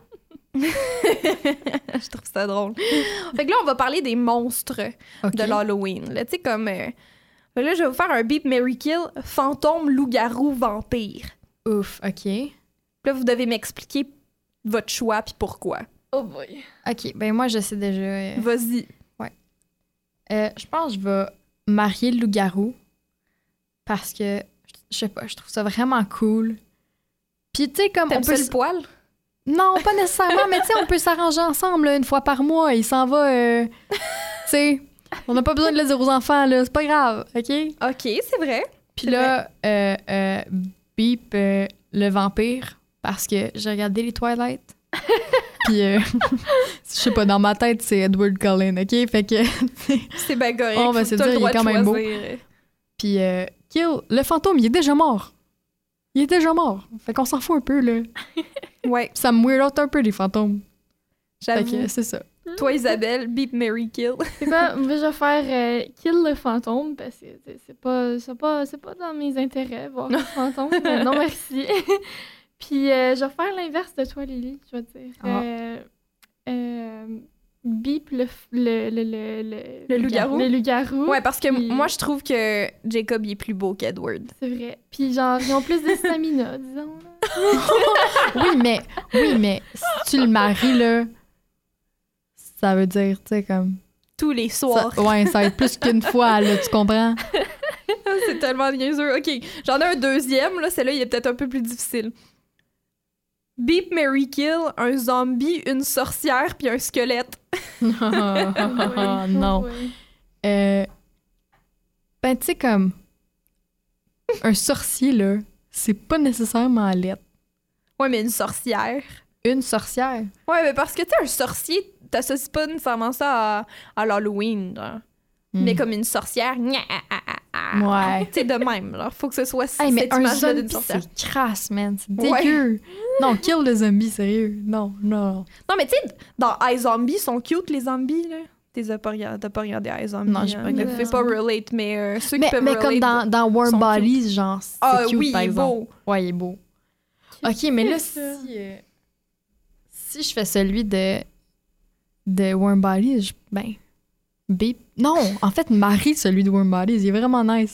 Je trouve ça drôle. Fait que là, on va parler des monstres Ok. de l'Halloween. Là, tu sais, comme... euh, fait que là, je vais vous faire un Beep, Marry, Kill, fantôme, loup-garou, vampire. Ouf, ok. Puis là, vous devez m'expliquer votre choix puis pourquoi. Oh boy. Ok, ben moi, je sais déjà. euh, Vas-y. euh, je pense que je vais marier le loup-garou parce que, je- je sais pas, je trouve ça vraiment cool. Puis, tu sais, comme on T'aimes peut... ça s- le poil? Non, pas nécessairement, mais tu sais, on peut s'arranger ensemble là, une fois par mois. Il s'en va, euh, tu sais, on n'a pas besoin de le dire aux enfants, là, c'est pas grave, OK? OK, c'est vrai. Puis C'est là, euh, euh, Beep, euh, le vampire, parce que j'ai regardé les Twilight. Puis, euh, je sais pas, dans ma tête, c'est Edward Cullen, OK? Fait que, C'est bien correct. Oh, ben, Faut c'est que t'as le dire, il est droit de quand même beau. choisir. puis euh, Kill, le fantôme, il est déjà mort. Il est déjà mort. Fait qu'on s'en fout un peu, là. Ouais, Ça me weird out un peu, les fantômes. Fait j'avoue. que c'est ça. Toi, Isabelle, Beep, Marry, Kill. C'est quoi? Moi, je vais faire euh, Kill le fantôme parce que c'est c'est pas, c'est pas, c'est pas dans mes intérêts, voir le fantôme. Euh, non, merci. Puis, euh, je vais faire l'inverse de toi, Lily, je vais te dire. Ah. Euh, euh, Beep le, f- le, le, le, le, Le loup-garou? Le loup-garou. Ouais, parce que Puis- moi, je trouve que Jacob, il est plus beau qu'Edward. C'est vrai. Puis, genre, ils ont plus de stamina, disons. là. Oui, mais, oui, mais si tu le maries, là, ça veut dire, tu sais, comme... Tous les Ça, soirs. ouais, ça va être plus qu'une fois, là, tu comprends? C'est tellement niaiseux. OK, j'en ai un deuxième. Là, celui-là, il est peut-être un peu plus difficile. Beep, Marry, Kill, un zombie, une sorcière, puis un squelette. Ah, non. Ouais. Euh, ben, tu sais, comme... Un sorcier, là, c'est pas nécessairement laid. Ouais, mais une sorcière. Une sorcière. Ouais, mais parce que, tu sais, un sorcier, t'associes pas nécessairement ça à, à l'Halloween, genre. Hmm. Mais comme une sorcière, gna, ah, ah, ah, ah. Ouais. Tu sais, de même, là. Faut que ce soit Hey, mais cette un image-là d'une zombie, sorcière. c'est crasse, man. C'est Ouais. dégueu. Non, kill le zombie, sérieux. Non, non. Non, mais tu sais, dans iZombie, ils sont cute, les zombies, là. T'as pas, regardé- t'as pas regardé iZombie. Non, j'ai pas hein. regardé Fais pas relate, mais euh, ceux qui Mais, peuvent mais relate... comme dans, dans Warm sont Bodies, genre, c'est Ah cute, oui, par il est exemple. beau. Ouais, il est beau. OK, mais là, si, ça? euh, si je fais celui de, de Warm Bodies, je- ben, Beep. Non, en fait, Marie, celui de Warm Bodies, il est vraiment nice.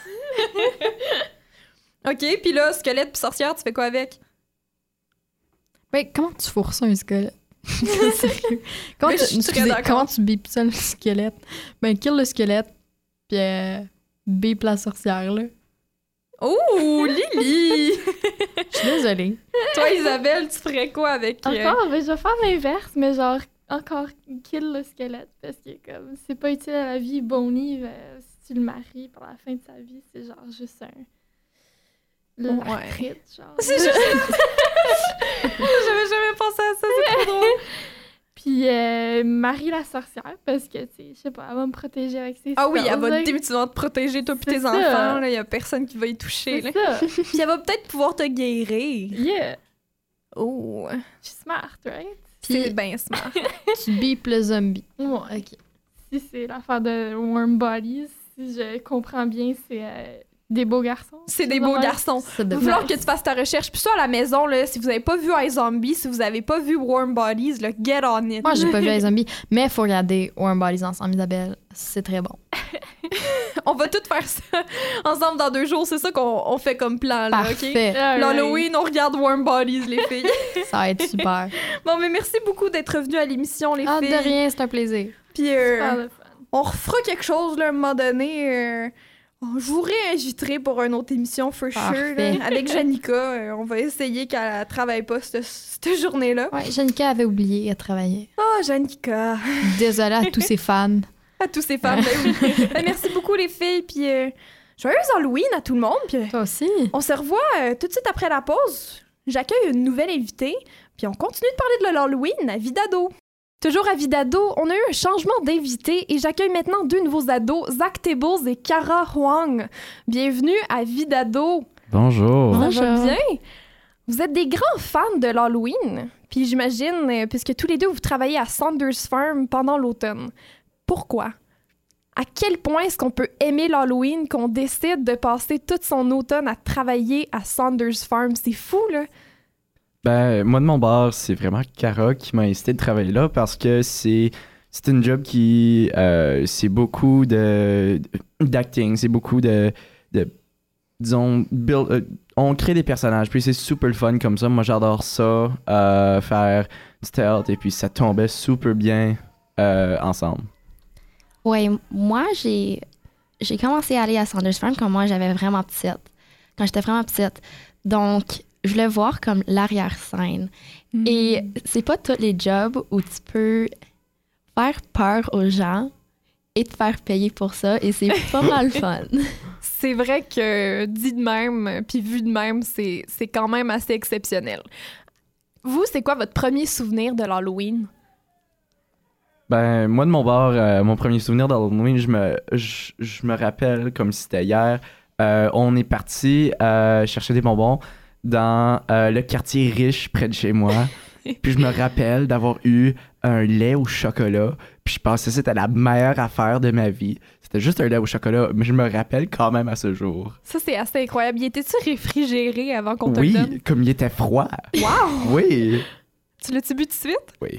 OK, puis là, squelette puis sorcière, tu fais quoi avec? Ben, comment tu fourres ça, un squelette? Sérieux? Comment, Mais tu, je suis très excusez, d'accord. comment tu beep ça, le squelette? Ben, kill le squelette, puis euh, beep la sorcière, là. Oh, Lily! Je suis désolée. Toi, Isabelle, tu ferais quoi avec... euh, Encore, ben, je vais faire l'inverse, mais genre, encore kill le squelette, parce que comme c'est pas utile à la vie. Bonnie, ben, si tu le maries pour la fin de sa vie, c'est genre juste un... l'arthrite, genre. C'est juste- J'avais jamais pensé à ça, c'est trop drôle. Puis euh, marie la sorcière, parce que, tu sais, je sais pas, elle va me protéger avec ses Ah oui, elle spells, va là. définitivement te protéger, toi puis C'est tes ça. enfants. Il y a personne qui va y toucher. Là. C'est ça. Puis elle va peut-être pouvoir te guérir. Yeah. Oh, Je suis smart, right? c'est bien smart. Tu beep le zombie. Ouais. OK. Si c'est l'affaire de Warm Bodies, si je comprends bien, c'est euh, Des beaux garçons. C'est des beaux Ouais. garçons. Ça Il va devrait- falloir que tu fasses ta recherche. Puis ça, à la maison, là, si vous avez pas vu iZombie, si vous avez pas vu Warm Bodies, là, get on it. Moi, j'ai pas vu les zombies, mais il faut regarder Warm Bodies ensemble, Isabelle. C'est très bon. On va tout faire ça ensemble dans deux jours. C'est ça qu'on on fait comme plan, là, OK? Parfait. Alright. L'Halloween, on regarde Warm Bodies, les filles. Ça va être super. Bon, mais merci beaucoup d'être venus à l'émission, les Ah, filles. de rien, c'est un plaisir. Puis euh, Super le fun. on refera quelque chose, là, à un moment donné. euh, je vous réinviterai pour une autre émission, for sure. Parfait. là. Avec Janica, euh, on va essayer qu'elle ne travaille pas cette, cette journée-là. Ouais, Janica avait oublié à travailler. Oh, Janica! Désolée à tous ses fans. À tous ces femmes, ben oui. Ben, merci beaucoup, les filles. Puis euh, joyeux Halloween à tout le monde. Puis euh, Toi aussi. on se revoit euh, tout de suite après la pause. J'accueille une nouvelle invitée. Puis on continue de parler de l'Halloween à Vidado. Toujours à Vidado, on a eu un changement d'invité et j'accueille maintenant deux nouveaux ados, Zach Tables et Cara Huang. Bienvenue à Vidado. Bonjour. Ça va Bonjour. bien? Vous êtes des grands fans de l'Halloween. Puis j'imagine, euh, puisque tous les deux, vous travaillez à Saunders Farm pendant l'automne. Pourquoi? À quel point est-ce qu'on peut aimer l'Halloween qu'on décide de passer toute son automne à travailler à Saunders Farm? C'est fou, là! Ben, moi de mon bord, c'est vraiment Cara qui m'a incité de travailler là parce que c'est c'est une job qui euh, c'est beaucoup de d'acting, c'est beaucoup de, de disons build, euh, on crée des personnages puis c'est super le fun comme ça. Moi j'adore ça, euh, faire du stealth et puis ça tombait super bien euh, ensemble. Oui, moi, j'ai j'ai commencé à aller à Saunders Farm quand moi, j'avais vraiment petite. Quand j'étais vraiment petite. Donc, je voulais voir comme l'arrière-scène. Et c'est pas tous les jobs où tu peux faire peur aux gens et te faire payer pour ça. Et c'est pas mal fun. C'est vrai que dit de même, puis vu de même, c'est c'est quand même assez exceptionnel. Vous, c'est quoi votre premier souvenir de l'Halloween? Ben, moi, de mon bord, euh, mon premier souvenir d'Halloween, je me, je, je me rappelle comme si c'était hier. Euh, on est parti euh, chercher des bonbons dans euh, le quartier riche près de chez moi. Puis je me rappelle d'avoir eu un lait au chocolat. Puis je pensais que c'était la meilleure affaire de ma vie. C'était juste un lait au chocolat, mais je me rappelle quand même à ce jour. Ça, c'est assez incroyable. Il était-tu réfrigéré avant qu'on te le donne? Oui, comme il était froid. Wow! Oui, Tu l'as-tu bu tout de suite? oui.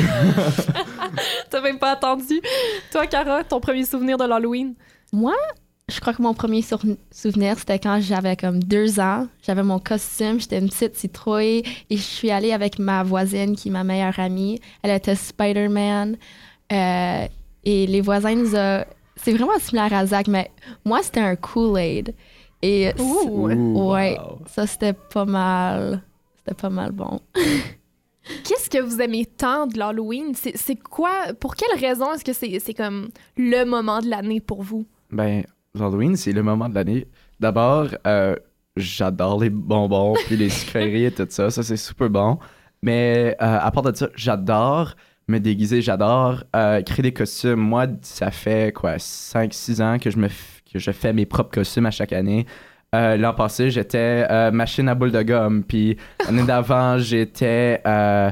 T'as même pas attendu. Toi, Cara, ton premier souvenir de l'Halloween? Moi, je crois que mon premier sur- souvenir, c'était quand j'avais comme deux ans. J'avais mon costume, j'étais une petite citrouille et je suis allée avec ma voisine qui est ma meilleure amie. Elle était Spider-Man. Euh, et les voisins nous ont... C'est vraiment similaire à Zach, mais moi, c'était un Kool-Aid. Et c- Ouh! Ouh, ouais, wow. ça, c'était pas mal... C'était pas mal bon. Qu'est-ce que vous aimez tant de l'Halloween? C'est c'est quoi? Pour quelle raison est-ce que c'est c'est comme le moment de l'année pour vous? Ben, l'Halloween, c'est le moment de l'année. D'abord, euh, j'adore les bonbons, puis les sucreries et tout ça. Ça, c'est super bon. Mais euh, à part de ça, j'adore me déguiser. J'adore euh, créer des costumes. Moi, ça fait quoi, cinq six ans que je, me f- que je fais mes propres costumes à chaque année. Euh, l'an passé, j'étais euh, machine à boules de gomme. Puis l'année d'avant, j'étais euh,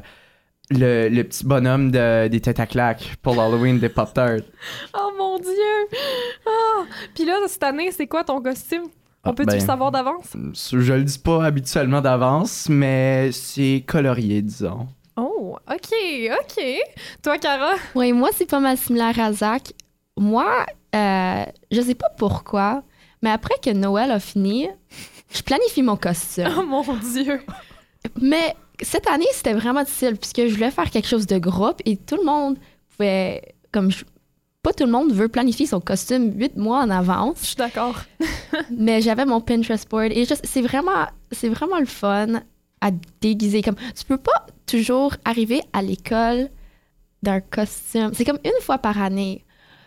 le, le petit bonhomme de, des têtes à claques pour l'Halloween des Pop-Tarts. Oh mon Dieu! Ah! Puis là, cette année, c'est quoi ton costume? On Ah, peut-tu ben, le savoir d'avance? Je le dis pas habituellement d'avance, mais c'est colorié, disons. Oh, OK, OK. Toi, Cara? Oui, moi, c'est pas mal similaire à Zach. Moi, euh, je sais pas pourquoi, mais après que Noël a fini, je planifie mon costume. Oh mon Dieu! Mais cette année, c'était vraiment difficile puisque je voulais faire quelque chose de groupe et tout le monde pouvait, comme je- pas tout le monde veut planifier son costume huit mois en Je avance, suis d'accord. mais j'avais mon Pinterest board et juste- c'est vraiment, c'est vraiment le fun à déguiser. Comme tu peux pas toujours arriver à l'école d'un costume. C'est comme une fois par année.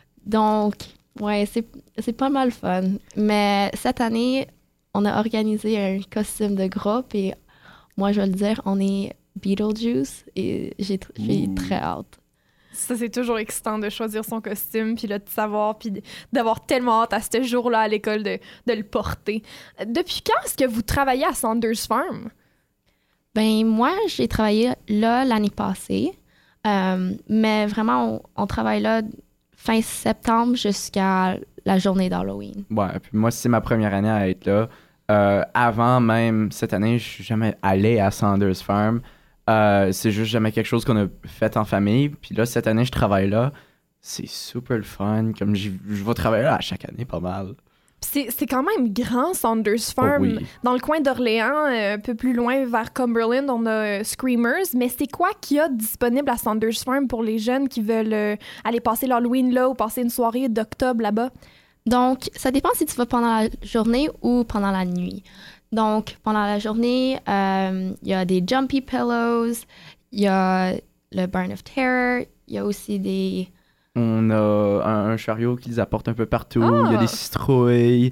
Donc, ouais, c'est, c'est pas mal fun. Mais cette année, on a organisé un costume de groupe et moi, je vais le dire, on est Beetlejuice et j'ai, tr- j'ai Ouh. très hâte. Ça, c'est toujours excitant de choisir son costume, puis là, de savoir, puis d- d'avoir tellement hâte à ce jour-là à l'école de, de le porter. Depuis quand est-ce que vous travaillez à Saunders Farm? Ben moi, j'ai travaillé là l'année passée, Euh, mais vraiment, on, on travaille là fin septembre jusqu'à la journée d'Halloween. Ouais, puis moi, c'est ma première année à être là. Euh, avant même cette année, je suis jamais allé à Saunders Farm. Euh, c'est juste jamais quelque chose qu'on a fait en famille. Puis là, cette année, je travaille là. C'est super le fun. Comme je vais travailler là à chaque année, pas mal. C'est, c'est quand même grand, Saunders Farm. Oh oui. Dans le coin d'Orléans, euh, un peu plus loin vers Cumberland, on a euh, Screamers. Mais c'est quoi qu'il y a disponible à Saunders Farm pour les jeunes qui veulent euh, aller passer l'Halloween là ou passer une soirée d'octobre là-bas? Donc, ça dépend si tu vas pendant la journée ou pendant la nuit. Donc, pendant la journée, euh, il y a des Jumpy Pillows, il y a le Burn of Terror, il y a aussi des... On a un, un chariot qui les apporte un peu partout. Ah! Il y a des citrouilles.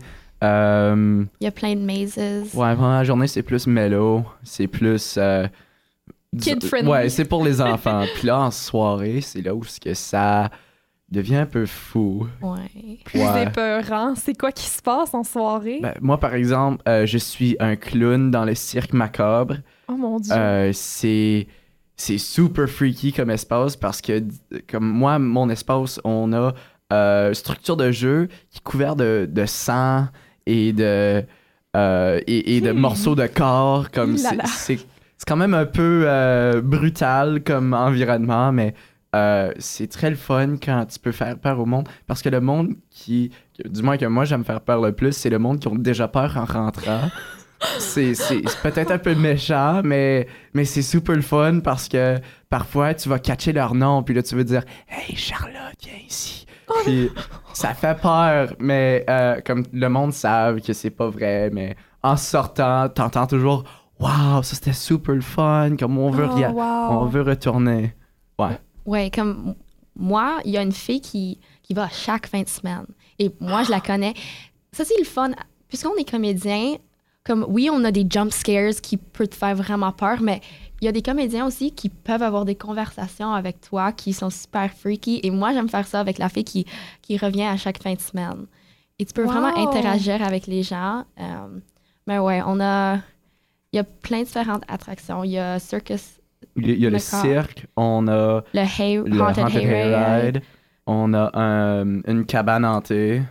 Euh, Il y a plein de mazes. ouais, pendant la journée, c'est plus mellow. C'est plus... euh, Kid-friendly. Ouais, c'est pour les enfants. Puis là, en soirée, c'est là où ce que ça devient un peu fou. Ouais. Plus Ouais. épeurant. C'est quoi qui se passe en soirée? Ben, moi, par exemple, euh, je suis un clown dans le cirque macabre. Oh mon Dieu. Euh, c'est... C'est super freaky comme espace parce que, comme moi, mon espace, on a euh, structure de jeu qui est couvert de, de sang et de, euh, et, et de morceaux de corps. Comme Là c'est, là. c'est, c'est quand même un peu euh, brutal comme environnement, mais euh, c'est très le fun quand tu peux faire peur au monde. Parce que le monde qui, que- du moins que moi j'aime faire peur le plus, c'est le monde qui ont déjà peur en rentrant. C'est, c'est, c'est peut-être un peu méchant, mais, mais c'est super le fun parce que parfois tu vas catcher leur nom, puis là tu veux dire Hey Charlotte, viens ici. Puis ça fait peur, mais euh, comme le monde savent que c'est pas vrai, mais en sortant, t'entends toujours Waouh, ça c'était super le fun, comme on veut, Oh, ria- wow. on veut retourner. Ouais. Ouais, comme moi, il y a une fille qui, qui va chaque fin de semaine. Et moi, je la connais. Ça, c'est le fun. Puisqu'on est comédien, comme oui, on a des jump scares qui peuvent te faire vraiment peur, mais il y a des comédiens aussi qui peuvent avoir des conversations avec toi qui sont super freaky. Et moi, j'aime faire ça avec la fille qui, qui revient à chaque fin de semaine. Et tu peux vraiment Wow. interagir avec les gens. Euh, mais ouais, on a... Il y a plein de différentes attractions. Il y a Circus, Il y a, il y a le D'accord. cirque, on a le hay, le Haunted, Haunted Hayride, on a un- une cabane hantée,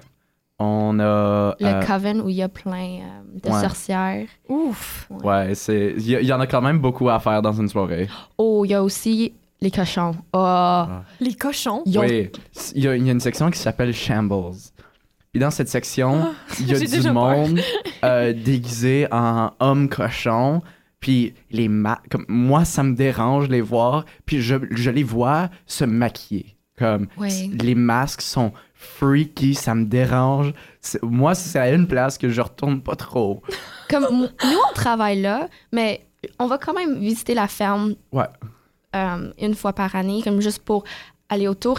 on a... le euh, Coven où il y a plein euh, de ouais. sorcières. Ouf. Ouais, c'est il y, a- il y en a quand même beaucoup à faire dans une soirée. Oh, il y a aussi les cochons. Oh, Les cochons. ils ont- Oui, il y, a, il y a une section qui s'appelle Shambles. Et dans cette section, il y a j'ai du déjà peur. monde euh, déguisé en homme cochon. Puis les ma- comme moi, ça me dérange les voir. Puis je, je les vois se maquiller. Comme Ouais. les masques sont freaky, ça me dérange. C'est- moi, c'est à une place que je retourne pas trop. Comme m- nous, on travaille là, mais on va quand même visiter la ferme Ouais. euh, une fois par année, comme juste pour aller autour.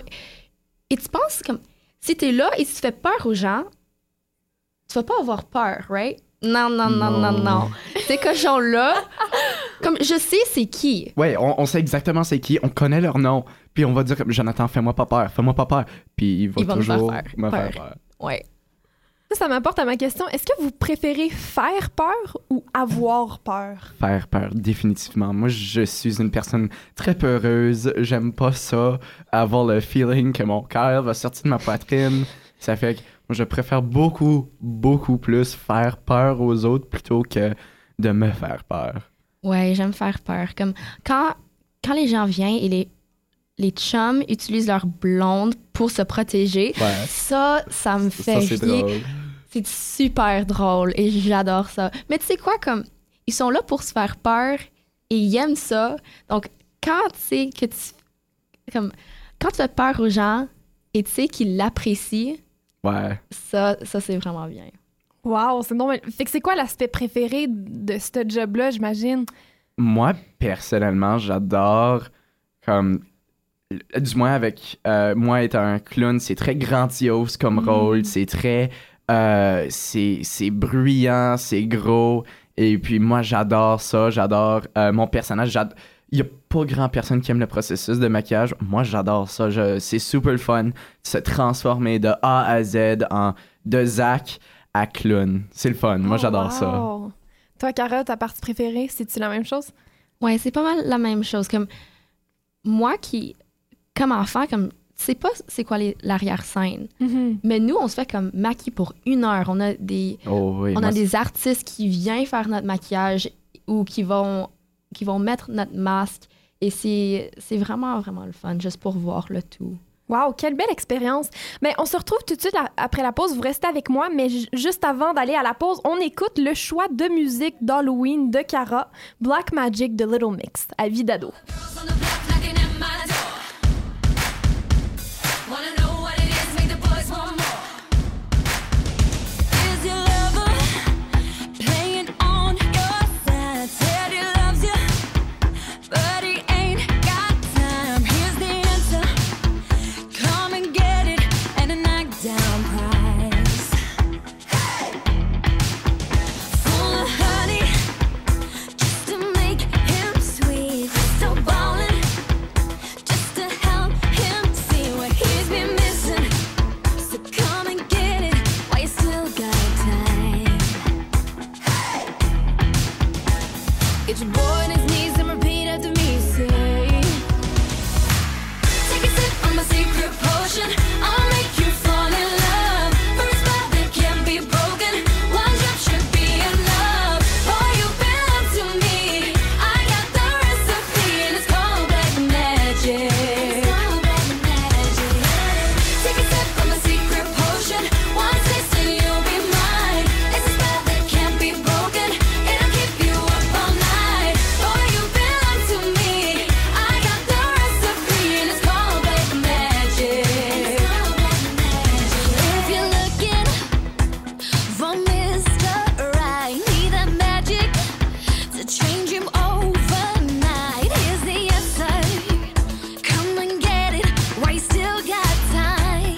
Et tu penses comme si t'es là et si tu fais peur aux gens, tu vas pas avoir peur, right? Non, non, non, non, non. Non. Ces cochons-là, comme je sais c'est qui. Ouais, on, on sait exactement c'est qui, on connaît leur nom. Puis on va dire comme Jonathan, fais-moi pas peur, fais-moi pas peur. Puis il va Il va me faire toujours faire me faire peur. peur. Ouais. Ça, ça m'apporte à ma question. Est-ce que vous préférez faire peur ou avoir peur? Faire peur, définitivement. Moi, je suis une personne très peureuse. J'aime pas ça, avoir le feeling que mon cœur va sortir de ma poitrine. Ça fait que moi, je préfère beaucoup, beaucoup plus faire peur aux autres plutôt que de me faire peur. Ouais, j'aime faire peur. Comme quand, quand les gens viennent et les, les chums utilisent leur blonde pour se protéger, Ouais. ça, ça me fait Ça, c'est rire. drôle. C'est super drôle et j'adore ça. Mais tu sais quoi, comme ils sont là pour se faire peur et ils aiment ça. Donc quand tu sais que tu comme quand tu fais peur aux gens et tu sais qu'ils l'apprécient, Ouais. ça, ça c'est vraiment bien. Wow, c'est normal. Fait que c'est quoi l'aspect préféré de ce job-là, j'imagine? Moi, personnellement, j'adore comme du moins avec euh, moi étant un clown, c'est très grandiose comme Mm. rôle, c'est très euh, c'est c'est bruyant, c'est gros et puis moi j'adore ça, j'adore euh, mon personnage, j'ad- il y a pas grand personne qui aime le processus de maquillage, moi j'adore ça, je- c'est super le fun de se transformer de A à Z en de Zach à clown, c'est le fun, moi Oh, j'adore ça. wow. Toi, Cara, ta partie préférée, c'est-tu la même chose? Ouais, c'est pas mal la même chose. Comme moi qui, comme enfant, comme tu sais pas c'est quoi les- l'arrière-scène. Mhm. Mais nous, on se fait comme maquiller pour une heure. On a des, Oh oui. on moi, a des artistes qui viennent faire notre maquillage ou qui vont, qui vont mettre notre masque. Et c'est, c'est vraiment, vraiment le fun, juste pour voir le tout. Wow, quelle belle expérience. Mais on se retrouve tout de suite à- après la pause. Vous restez avec moi, mais j- juste avant d'aller à la pause, on écoute le choix de musique d'Halloween de Cara, Black Magic de Little Mix, à vie d'ado. Get your boy on his knees and repeat after me, say. Take a sip of my secret potion, I'll make you fall in love. For a spell that can't be broken, one drop should be enough. Boy, you belong to me, I got the recipe and it's called black magic. It's called black magic. Take a sip of my secret potion, one taste and you'll be mine. It's a spell that can't be broken, it'll keep you up all night. Boy, you belong to me, I got the recipe and it's called black magic. If you're looking for Mister Right, need that magic to change him overnight. Here's the answer, come and get it while you still got time.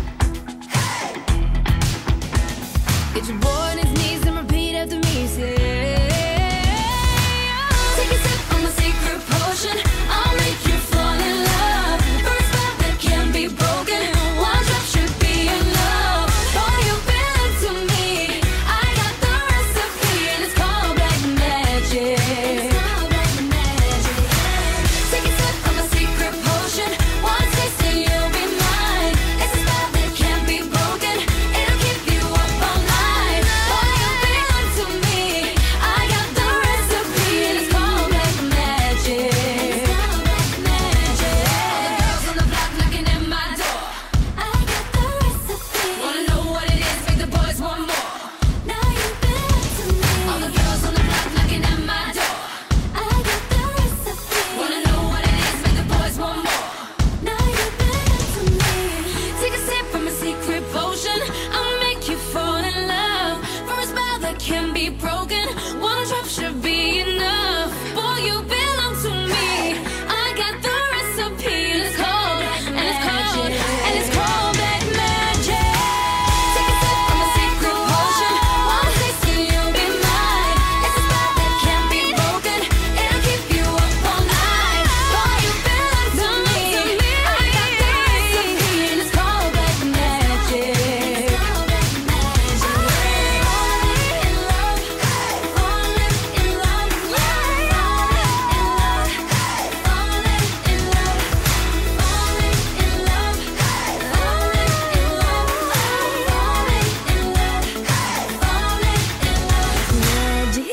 Get your boy on his knees and repeat after me, say. Take a sip of my secret potion, I'll make you fall in love. For a spell that can't be broken, one drop should be enough. Boy, you belong to me, I got the recipe and it's called black magic. It's called black magic. Take a sip of my secret potion, one taste and you'll be mine. It's a spell that can't be broken, it'll keep you up all night. Boy, you belong to me, I got the recipe and it's called black magic. It's called black magic. All the girls on the block knocking at my door. I got the recipe. Wanna know what it is? Make the boys want more. Now you belong to me. All the girls on the block knocking at my door. I got the recipe. Wanna know what it is? Make the boys want more. Now you belong to me. Take a sip from a secret potion, I'll make you fall in love. For a spell that can be broken, one drop should be enough. Boy, you belong to me, I got the recipe and it's called, and it's called, and it's called black magic. Take a sip from a secret potion, one taste and you'll be mine. It's a spell that can't be broken, it'll keep you up all night. Boy, you belong to me, I got the recipe and it's called black magic. It's called black magic. Falling in love, falling in love, falling in love, falling in love, falling in love, falling in love, falling in love, falling in love, magic.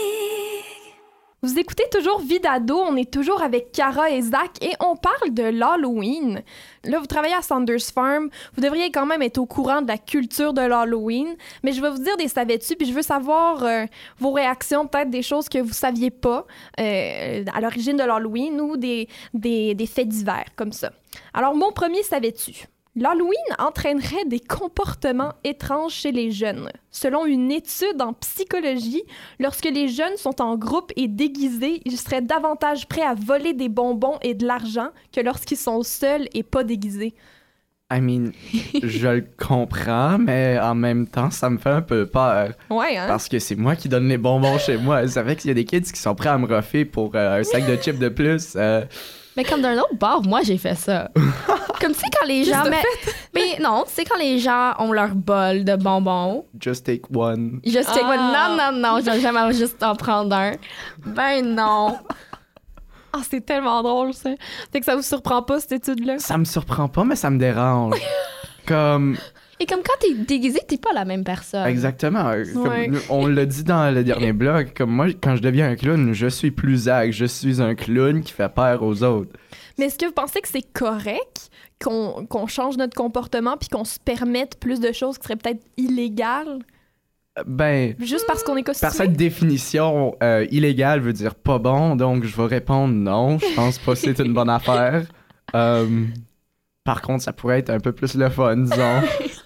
Vous écoutez toujours Vie d'ado, on est toujours avec Cara et Zach et on parle de l'Halloween. Là, vous travaillez à Saunders Farm, vous devriez quand même être au courant de la culture de l'Halloween, mais je vais vous dire des savais-tu, puis je veux savoir euh, vos réactions, peut-être des choses que vous saviez pas euh, à l'origine de l'Halloween ou des, des, des faits divers comme ça. Alors, mon premier savais-tu? L'Halloween entraînerait des comportements étranges chez les jeunes. Selon une étude en psychologie, lorsque les jeunes sont en groupe et déguisés, ils seraient davantage prêts à voler des bonbons et de l'argent que lorsqu'ils sont seuls et pas déguisés. I mean, je le comprends, mais en même temps, ça me fait un peu peur. Ouais, hein? Parce que c'est moi qui donne les bonbons chez moi. Ça fait qu'il y a des kids qui sont prêts à me refaire pour euh, un sac de chips de plus. euh. Mais comme d'un autre bord, moi, j'ai fait ça. Comme tu sais, quand les gens... Mais, mais non, tu sais, quand les gens ont leur bol de bonbons, Just take one. juste take one. Non, non, non, je vais jamais juste en prendre un. Ben non. Ah, c'est tellement drôle, ça. Fait que ça vous surprend pas, cette étude-là? Ça me surprend pas, mais ça me dérange. Comme... Et comme quand t'es déguisé, t'es pas la même personne. Exactement. Comme Ouais. nous- on l'a dit dans le dernier blog, comme moi, quand je deviens un clown, je suis plus Zach. Je suis un clown qui fait peur aux autres. Mais est-ce que vous pensez que c'est correct qu'on qu'on change notre comportement puis qu'on se permette plus de choses qui seraient peut-être illégales Euh, Ben, juste parce qu'on est par costumé? cette définition, euh, illégal veut dire pas bon, donc je vais répondre non. Je pense pas que c'est une bonne affaire. Euh, par contre, ça pourrait être un peu plus le fun, disons.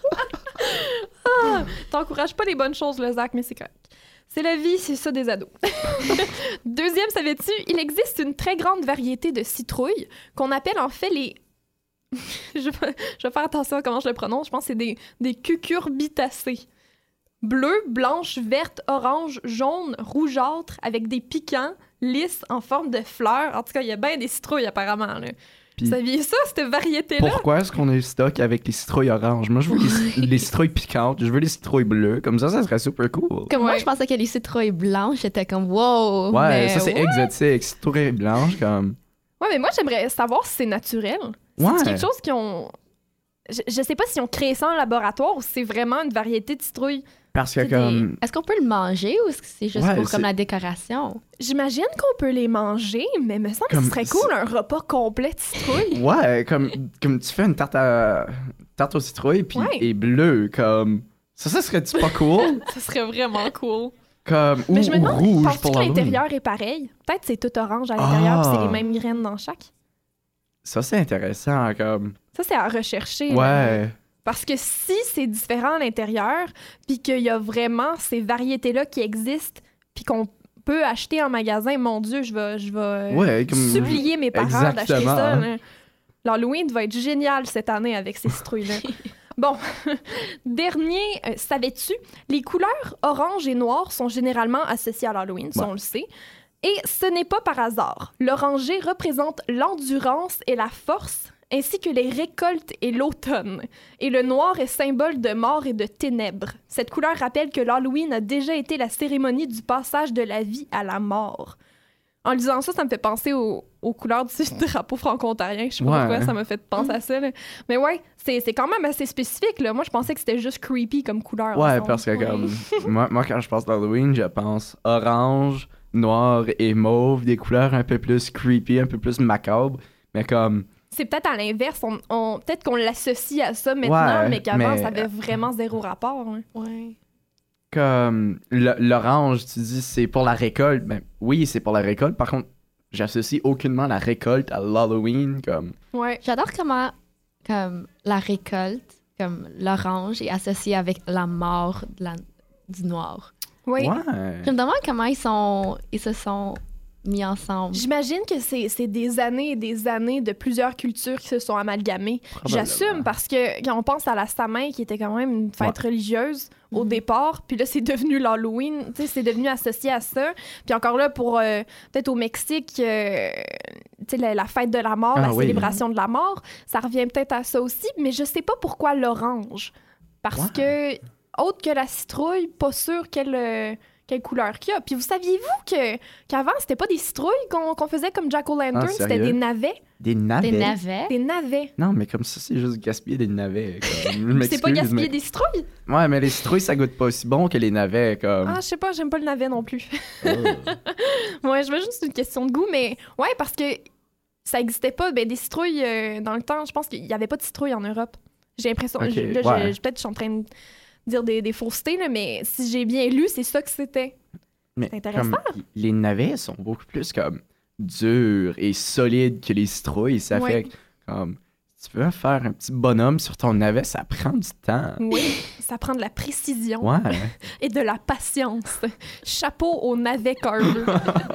T'encourages pas les bonnes choses, le Zach, mais c'est correct. C'est la vie, c'est ça des ados. Deuxième, savais-tu, il existe une très grande variété de citrouilles qu'on appelle en fait les... je, vais, je vais faire attention à comment je le prononce. Je pense que c'est des, des cucurbitacées. Bleues, blanches, vertes, oranges, jaunes, rougeâtres, avec des piquants, lisses, en forme de fleurs. En tout cas, il y a bien des citrouilles apparemment. Là. Puis- Vous saviez ça, cette variété-là? Pourquoi est-ce qu'on est stock avec les citrouilles oranges? Moi, je veux les, les citrouilles piquantes, je veux les citrouilles bleues. Comme ça, ça serait super cool. Comme moi, Ouais. je pensais que les citrouilles blanches, j'étais comme wow. Ouais, mais ça, c'est ouais. exotique. Citrouilles blanches, comme... Ouais, mais moi, j'aimerais savoir si c'est naturel. Ouais. C'est quelque chose qu'ils ont... Je, je sais pas s'ils ont créé ça en laboratoire ou si c'est vraiment une variété de citrouilles. Parce que, C'est des- comme... Est-ce qu'on peut le manger ou est-ce que c'est juste Ouais, pour c'est- comme la décoration? J'imagine qu'on peut les manger, mais me semble Comme que ce serait cool un repas complet de citrouilles. Ouais, comme, comme tu fais une tarte à tarte aux citrouilles puis Ouais. et bleu, comme ça, ça serait-tu pas cool? Ça serait vraiment cool. Comme ou, Mais je me ou demande, rouge penses-tu pour que l'Halloween. l'intérieur est pareil? Peut-être c'est tout orange à l'intérieur Ah. puis c'est les mêmes graines dans chaque. Ça c'est intéressant, comme Ça, c'est à rechercher. là. ouais, Parce que si c'est différent à l'intérieur, puis qu'il y a vraiment ces variétés-là qui existent, puis qu'on peut acheter en magasin, mon Dieu, je vais, je vais euh, ouais, comme supplier mes parents d'acheter Exactement. ça. là. L'Halloween va être génial cette année avec ces citrouilles-là. Bon, dernier, euh, savais-tu, les couleurs orange et noir sont généralement associées à l'Halloween, ça Ouais. on le sait. Et ce n'est pas par hasard. L'oranger représente l'endurance et la force, ainsi que les récoltes et l'automne. Et le noir est symbole de mort et de ténèbres. Cette couleur rappelle que l'Halloween a déjà été la cérémonie du passage de la vie à la mort. En lisant ça, ça me fait penser aux, aux couleurs du drapeau franco-ontarien. Je sais pas Ouais. pourquoi ça m'a fait penser à ça. là. Mais ouais, c'est c'est quand même assez spécifique. Là. Moi, je pensais que c'était juste creepy comme couleur. Ouais, ensemble. parce que Ouais. comme moi, moi quand je pense d'Halloween, je pense orange, noir et mauve, des couleurs un peu plus creepy, un peu plus macabres, mais comme C'est peut-être à l'inverse. On, on- peut-être qu'on l'associe à ça maintenant, Ouais, mais qu'avant, mais- ça avait vraiment zéro rapport. hein. Ouais. comme le- l'orange, tu dis c'est pour la récolte. Ben oui, c'est pour la récolte. Par contre, j'associe aucunement la récolte à l'Halloween. Comme Ouais. J'adore comment comme la récolte, comme l'orange, est associée avec la mort de la- du noir. Oui. ouais. Je me demande comment ils sont ils se sont mis ensemble. J'imagine que c'est c'est des années et des années de plusieurs cultures qui se sont amalgamées. Probablement. J'assume parce que quand on pense à la Samhain, qui était quand même une fête religieuse au Mhm. départ, puis là, c'est devenu l'Halloween, tu sais, c'est devenu associé à ça. Puis encore là, pour euh, peut-être au Mexique, euh, tu sais, la, la fête de la mort, Ah la oui. célébration de la mort, ça revient peut-être à ça aussi, mais je sais pas pourquoi l'orange. Parce que, autre que la citrouille, pas sûr quelle, euh, quelle couleur qu'il y a. Puis vous saviez-vous que, qu'avant, c'était pas des citrouilles qu'on, qu'on faisait comme Jack-O'-Lantern, Ah, c'était sérieux? des navets. Des navets. Des navets. Des navets. Non, mais comme ça, c'est juste gaspiller des navets. Comme, je C'est m'excuse, pas gaspiller mais... des citrouilles? Ouais, mais les citrouilles, ça goûte pas aussi bon que les navets. Comme... Ah, je sais pas, j'aime pas le navet non plus. Oh. Ouais, j'imagine que c'est une question de goût, mais ouais, parce que ça existait pas. Ben, des citrouilles, euh, dans le temps, je pense qu'il y avait pas de citrouilles en Europe. J'ai l'impression. Ok, je- là, ouais. je- peut-être que je suis en train de dire des, des faussetés, là, mais si j'ai bien lu, c'est ça que c'était. Mais C'est intéressant. comme, les navets sont beaucoup plus comme durs et solides que les citrouilles. Ça Ouais. fait que, comme si tu veux faire un petit bonhomme sur ton navet, ça prend du temps. Oui, ça prend de la précision Ouais. et de la patience. Chapeau au navet carveur.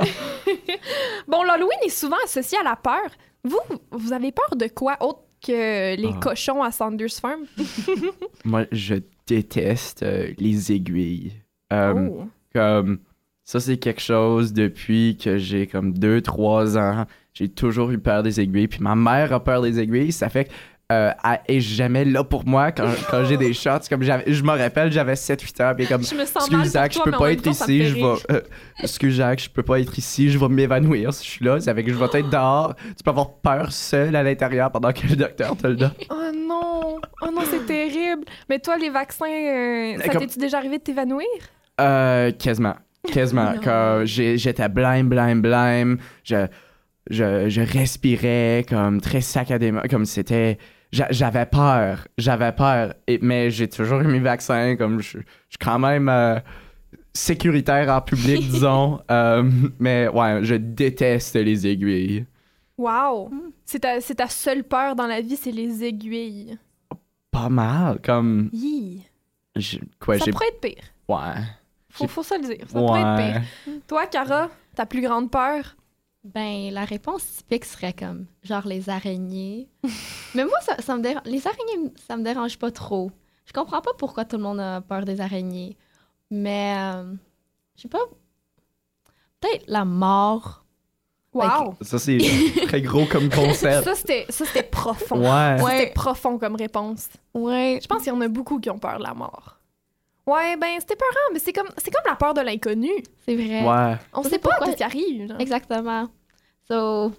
Bon, l'Halloween est souvent associé à la peur. Vous, vous avez peur de quoi autre que les Ah. cochons à Sanders Farm? Moi, je déteste euh, les aiguilles. Euh, Oh. Comme ça, c'est quelque chose depuis que j'ai comme deux trois ans. J'ai toujours eu peur des aiguilles. Puis ma mère a peur des aiguilles. Ça fait que euh, elle est jamais là pour moi quand, quand j'ai des shots. Comme j'avais- je me rappelle, j'avais sept huit heures, puis comme, Je me sens mal excuse pour Zach, je toi, peux mais en pas même être temps, ça me ici, fait je vais. rire. euh, excuse Zach, je peux pas être ici, je vais m'évanouir si je suis là. C'est avec que je vais être dehors. Tu peux avoir peur seul à l'intérieur pendant que le docteur te le donne. Oh non! Oh non, c'est terrible! Mais toi, les vaccins, euh, ça Comme- t'es-tu déjà arrivé de t'évanouir? Euh, quasiment. Quasiment. Non. Quand j'ai- j'étais blême, blême, blême. Je, je, je respirais comme très saccadément. Comme c'était. j'a- J'avais peur. J'avais peur. Et, mais j'ai toujours eu mes vaccins. Comme je je suis quand même euh, sécuritaire en public, disons. Euh, mais ouais, je déteste les aiguilles. Wow! C'est ta, c'est ta seule peur dans la vie, c'est les aiguilles. Pas mal. Comme. Hi. je- quoi, Ça j'ai. pourrait être pire. Ouais. Faut, faut se le dire. Ça pourrait être Ouais. pire. Toi, Cara, ta plus grande peur? Ben, la réponse typique serait comme, genre, les araignées. Mais moi, ça, ça me dérange. Les araignées, ça me dérange pas trop. Je comprends pas pourquoi tout le monde a peur des araignées. Mais, euh, je sais pas. Peut-être la mort. Wow! Ça, c'est très gros comme concept. Ça, c'était ça, c'était profond. Ouais. Ça, Ouais. C'était profond comme réponse. Ouais. Je pense qu'il y en a beaucoup qui ont peur de la mort. Ouais, ben, c'était peurant, mais c'est comme, c'est comme la peur de l'inconnu. C'est vrai. Ouais. On Ça, sait c'est pas pourquoi- ce qui arrive. genre. Exactement. So,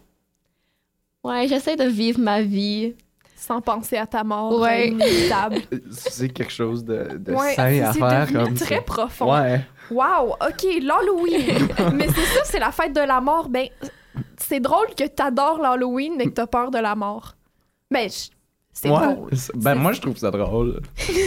ouais, j'essaie de vivre ma vie. Sans penser à ta mort Ouais. euh, inévitable. C'est quelque chose de, de Ouais, sain c'est à c'est faire. devenu Comme très ça. profond. Ouais. Wow, OK, l'Halloween. Mais c'est ça, c'est la fête de la mort. Ben, c'est drôle que t'adores l'Halloween, mais que t'as peur de la mort. Ben, je- c'est Ouais. drôle. C'est- Ben, moi, je trouve ça drôle.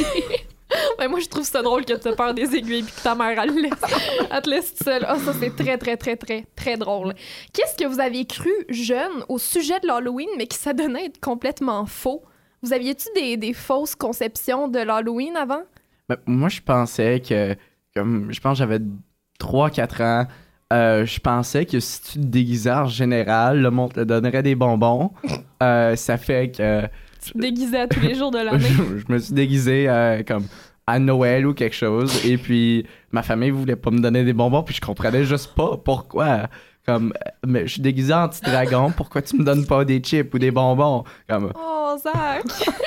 Ben, moi, je trouve ça drôle que t'as peur des aiguilles puis que ta mère, elle, laisse, elle te laisse toute seule. Ah, ça, c'est très, très, très, très, très drôle. Qu'est-ce que vous aviez cru jeune au sujet de l'Halloween, mais qui s'adonnait être complètement faux? Vous aviez-tu des, des fausses conceptions de l'Halloween avant? Ben, moi, je pensais que, comme, je pense que j'avais trois quatre ans, euh, je pensais que si tu te déguisais en général, le monde te donnerait des bonbons. Euh, ça fait que Tu te déguisais à tous les jours de l'année. je, je me suis déguisé euh, comme à Noël ou quelque chose, et puis ma famille voulait pas me donner des bonbons, puis je comprenais juste pas pourquoi. Comme, euh, mais je suis déguisé en petit dragon, pourquoi tu me donnes pas des chips ou des bonbons? Comme, Oh, Zach!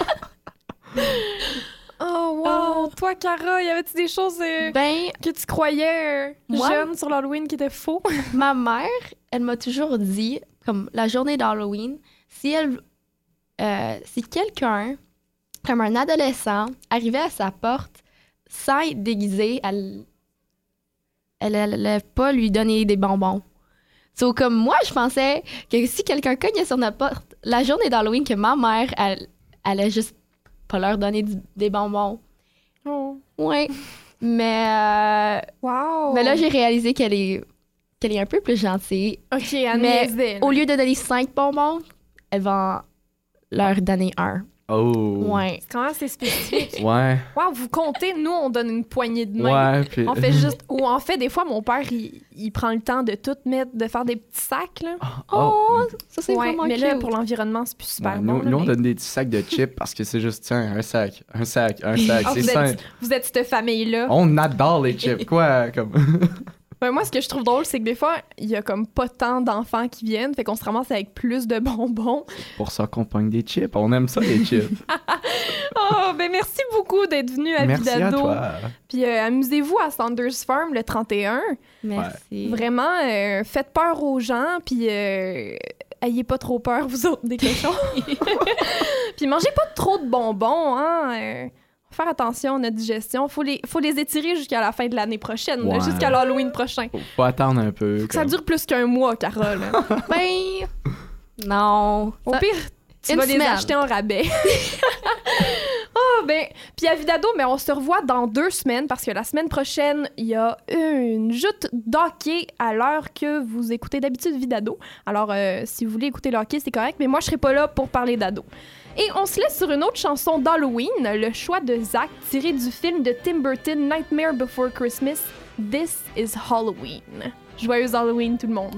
Oh, wow! Toi, Cara, y avait-tu des choses euh, Ben, que tu croyais euh, Moi? jeune sur l'Halloween qui étaient faux? ma mère, elle m'a toujours dit, comme la journée d'Halloween, si elle, euh, si quelqu'un, comme un adolescent, arrivait à sa porte sans être déguisé, elle, elle allait pas lui donner des bonbons. So, comme moi, je pensais que si quelqu'un cognait sur notre porte la journée d'Halloween, que ma mère, elle, elle allait juste pas leur donner du- des bonbons. Oh. Ouais. Mais, euh, Wow! mais là, j'ai réalisé qu'elle est, qu'elle est un peu plus gentille. OK, elle Mais niaisait, là. Au lieu de donner cinq bonbons, elle va leur donner un. oh. Ouais. C'est quand même assez spécifique. Ouais. Wow, vous comptez, nous, on donne une poignée de main. Ouais, puis... On fait juste... Ou en fait, des fois, mon père, il, il prend le temps de tout mettre, de faire des petits sacs, là. Oh, ça c'est Ouais, vraiment mais cute. là, pour l'environnement, c'est plus super Ouais, bon. nous, là, nous, on mais- donne des petits sacs de chips parce que c'est juste, tiens, un sac, un sac, un sac, Ah, c'est vous, sain. êtes, vous êtes cette famille-là. On adore les chips, quoi, comme... Ouais, moi, ce que je trouve drôle, c'est que des fois, il y a comme pas tant d'enfants qui viennent, fait qu'on se ramasse avec plus de bonbons. Pour ça qu'on pogne des chips, on aime ça, les chips. Oh, ben merci beaucoup d'être venu à Merci à Vidado. toi. Puis euh, amusez-vous à Saunders Farm le trente et un. Merci. Vraiment, euh, faites peur aux gens, puis euh, ayez pas trop peur, vous autres, des cochons. Puis mangez pas trop de bonbons, hein. euh, faire attention à notre digestion. Faut les, faut les étirer jusqu'à la fin de l'année prochaine, là, Ouais. jusqu'à l'Halloween prochain. Faut, faut attendre un peu. Faut que ça comme- dure plus qu'un mois, Carole. Ben, non. Au Ça- pire, tu une vas les semaine. acheter en rabais. Oh, ben, puis à Vidado, mais on se revoit dans deux semaines parce que la semaine prochaine, il y a une joute d'hockey à l'heure que vous écoutez d'habitude Vidado. Alors, euh, si vous voulez écouter le hockey, c'est correct, mais moi, je serai pas là pour parler d'ado. Et on se laisse sur une autre chanson d'Halloween, le choix de Zach, tiré du film de Tim Burton, Nightmare Before Christmas, This is Halloween. Joyeux Halloween, tout le monde.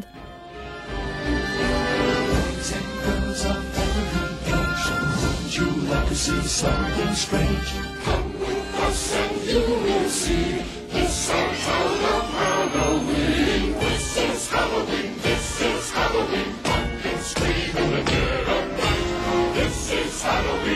Would you like to see something strange? Come with us and you will see. It's our town of Halloween. This is Halloween. This is Halloween. Pumpkins scream in the dead of night. This is Halloween.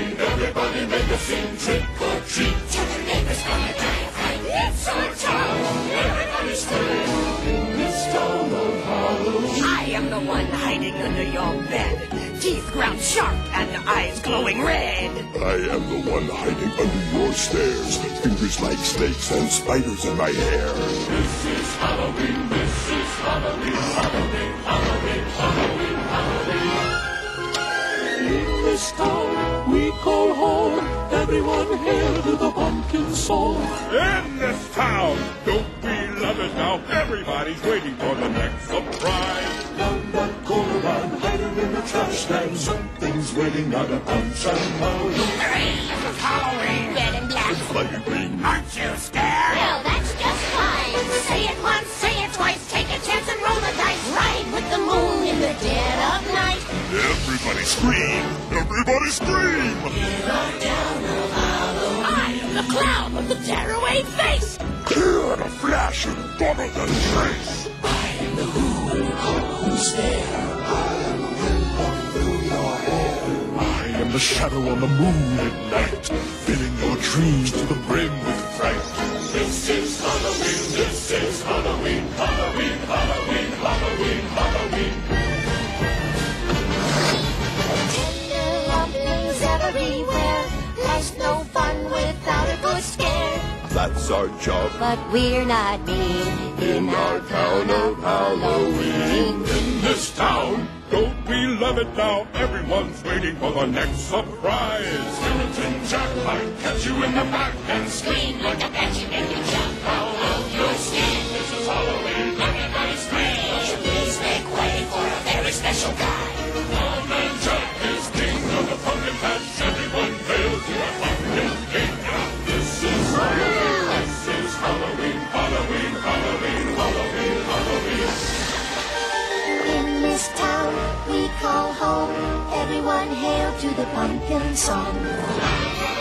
one hiding under your bed. Teeth ground sharp and eyes glowing red. I am the one hiding under your stairs. Fingers like snakes and spiders in my hair. This is Halloween, this is Halloween, Halloween, Halloween, Halloween, Halloween. In this town we call home. Everyone hail to the pumpkin song. In this town, don't we love it now? Everybody's waiting for the next surprise. Down that corner I'm hiding in the trash can. Something's waiting out of punch and pound. Hooray! It's Halloween! Red and black. It's flying green. Aren't you scared? Well, that's just fine. Say it once, say it twice, take a chance and roll the dice. Ride with the moon in the dead of night. Everybody scream! Everybody scream! I am the clown with the tearaway face. Clear at a flash and dumber than trace. I am the who who stare. I am the shadow on the moon at night, filling your dreams to the brim with fright. This is Halloween, this is Halloween, Halloween, Halloween, Halloween, Halloween. Tender rumblings everywhere. Life's no fun without a good scare. That's our job But we're not mean in our town of Halloween. In this town, don't we love it now? Everyone's waiting for the next surprise. Skeleton Jack might catch you in the back and Scream like a banshee, make you jump out of your skin. this is Halloween. Everybody scream. Won't you please make way for a very special guy? Tom and Jack is king of the pumpkin patch. Everyone hail to a pumpkin king. This is Halloween. This is Halloween. Halloween. Halloween. Halloween. Halloween. In this town we call home. Everyone hail to the pumpkin song.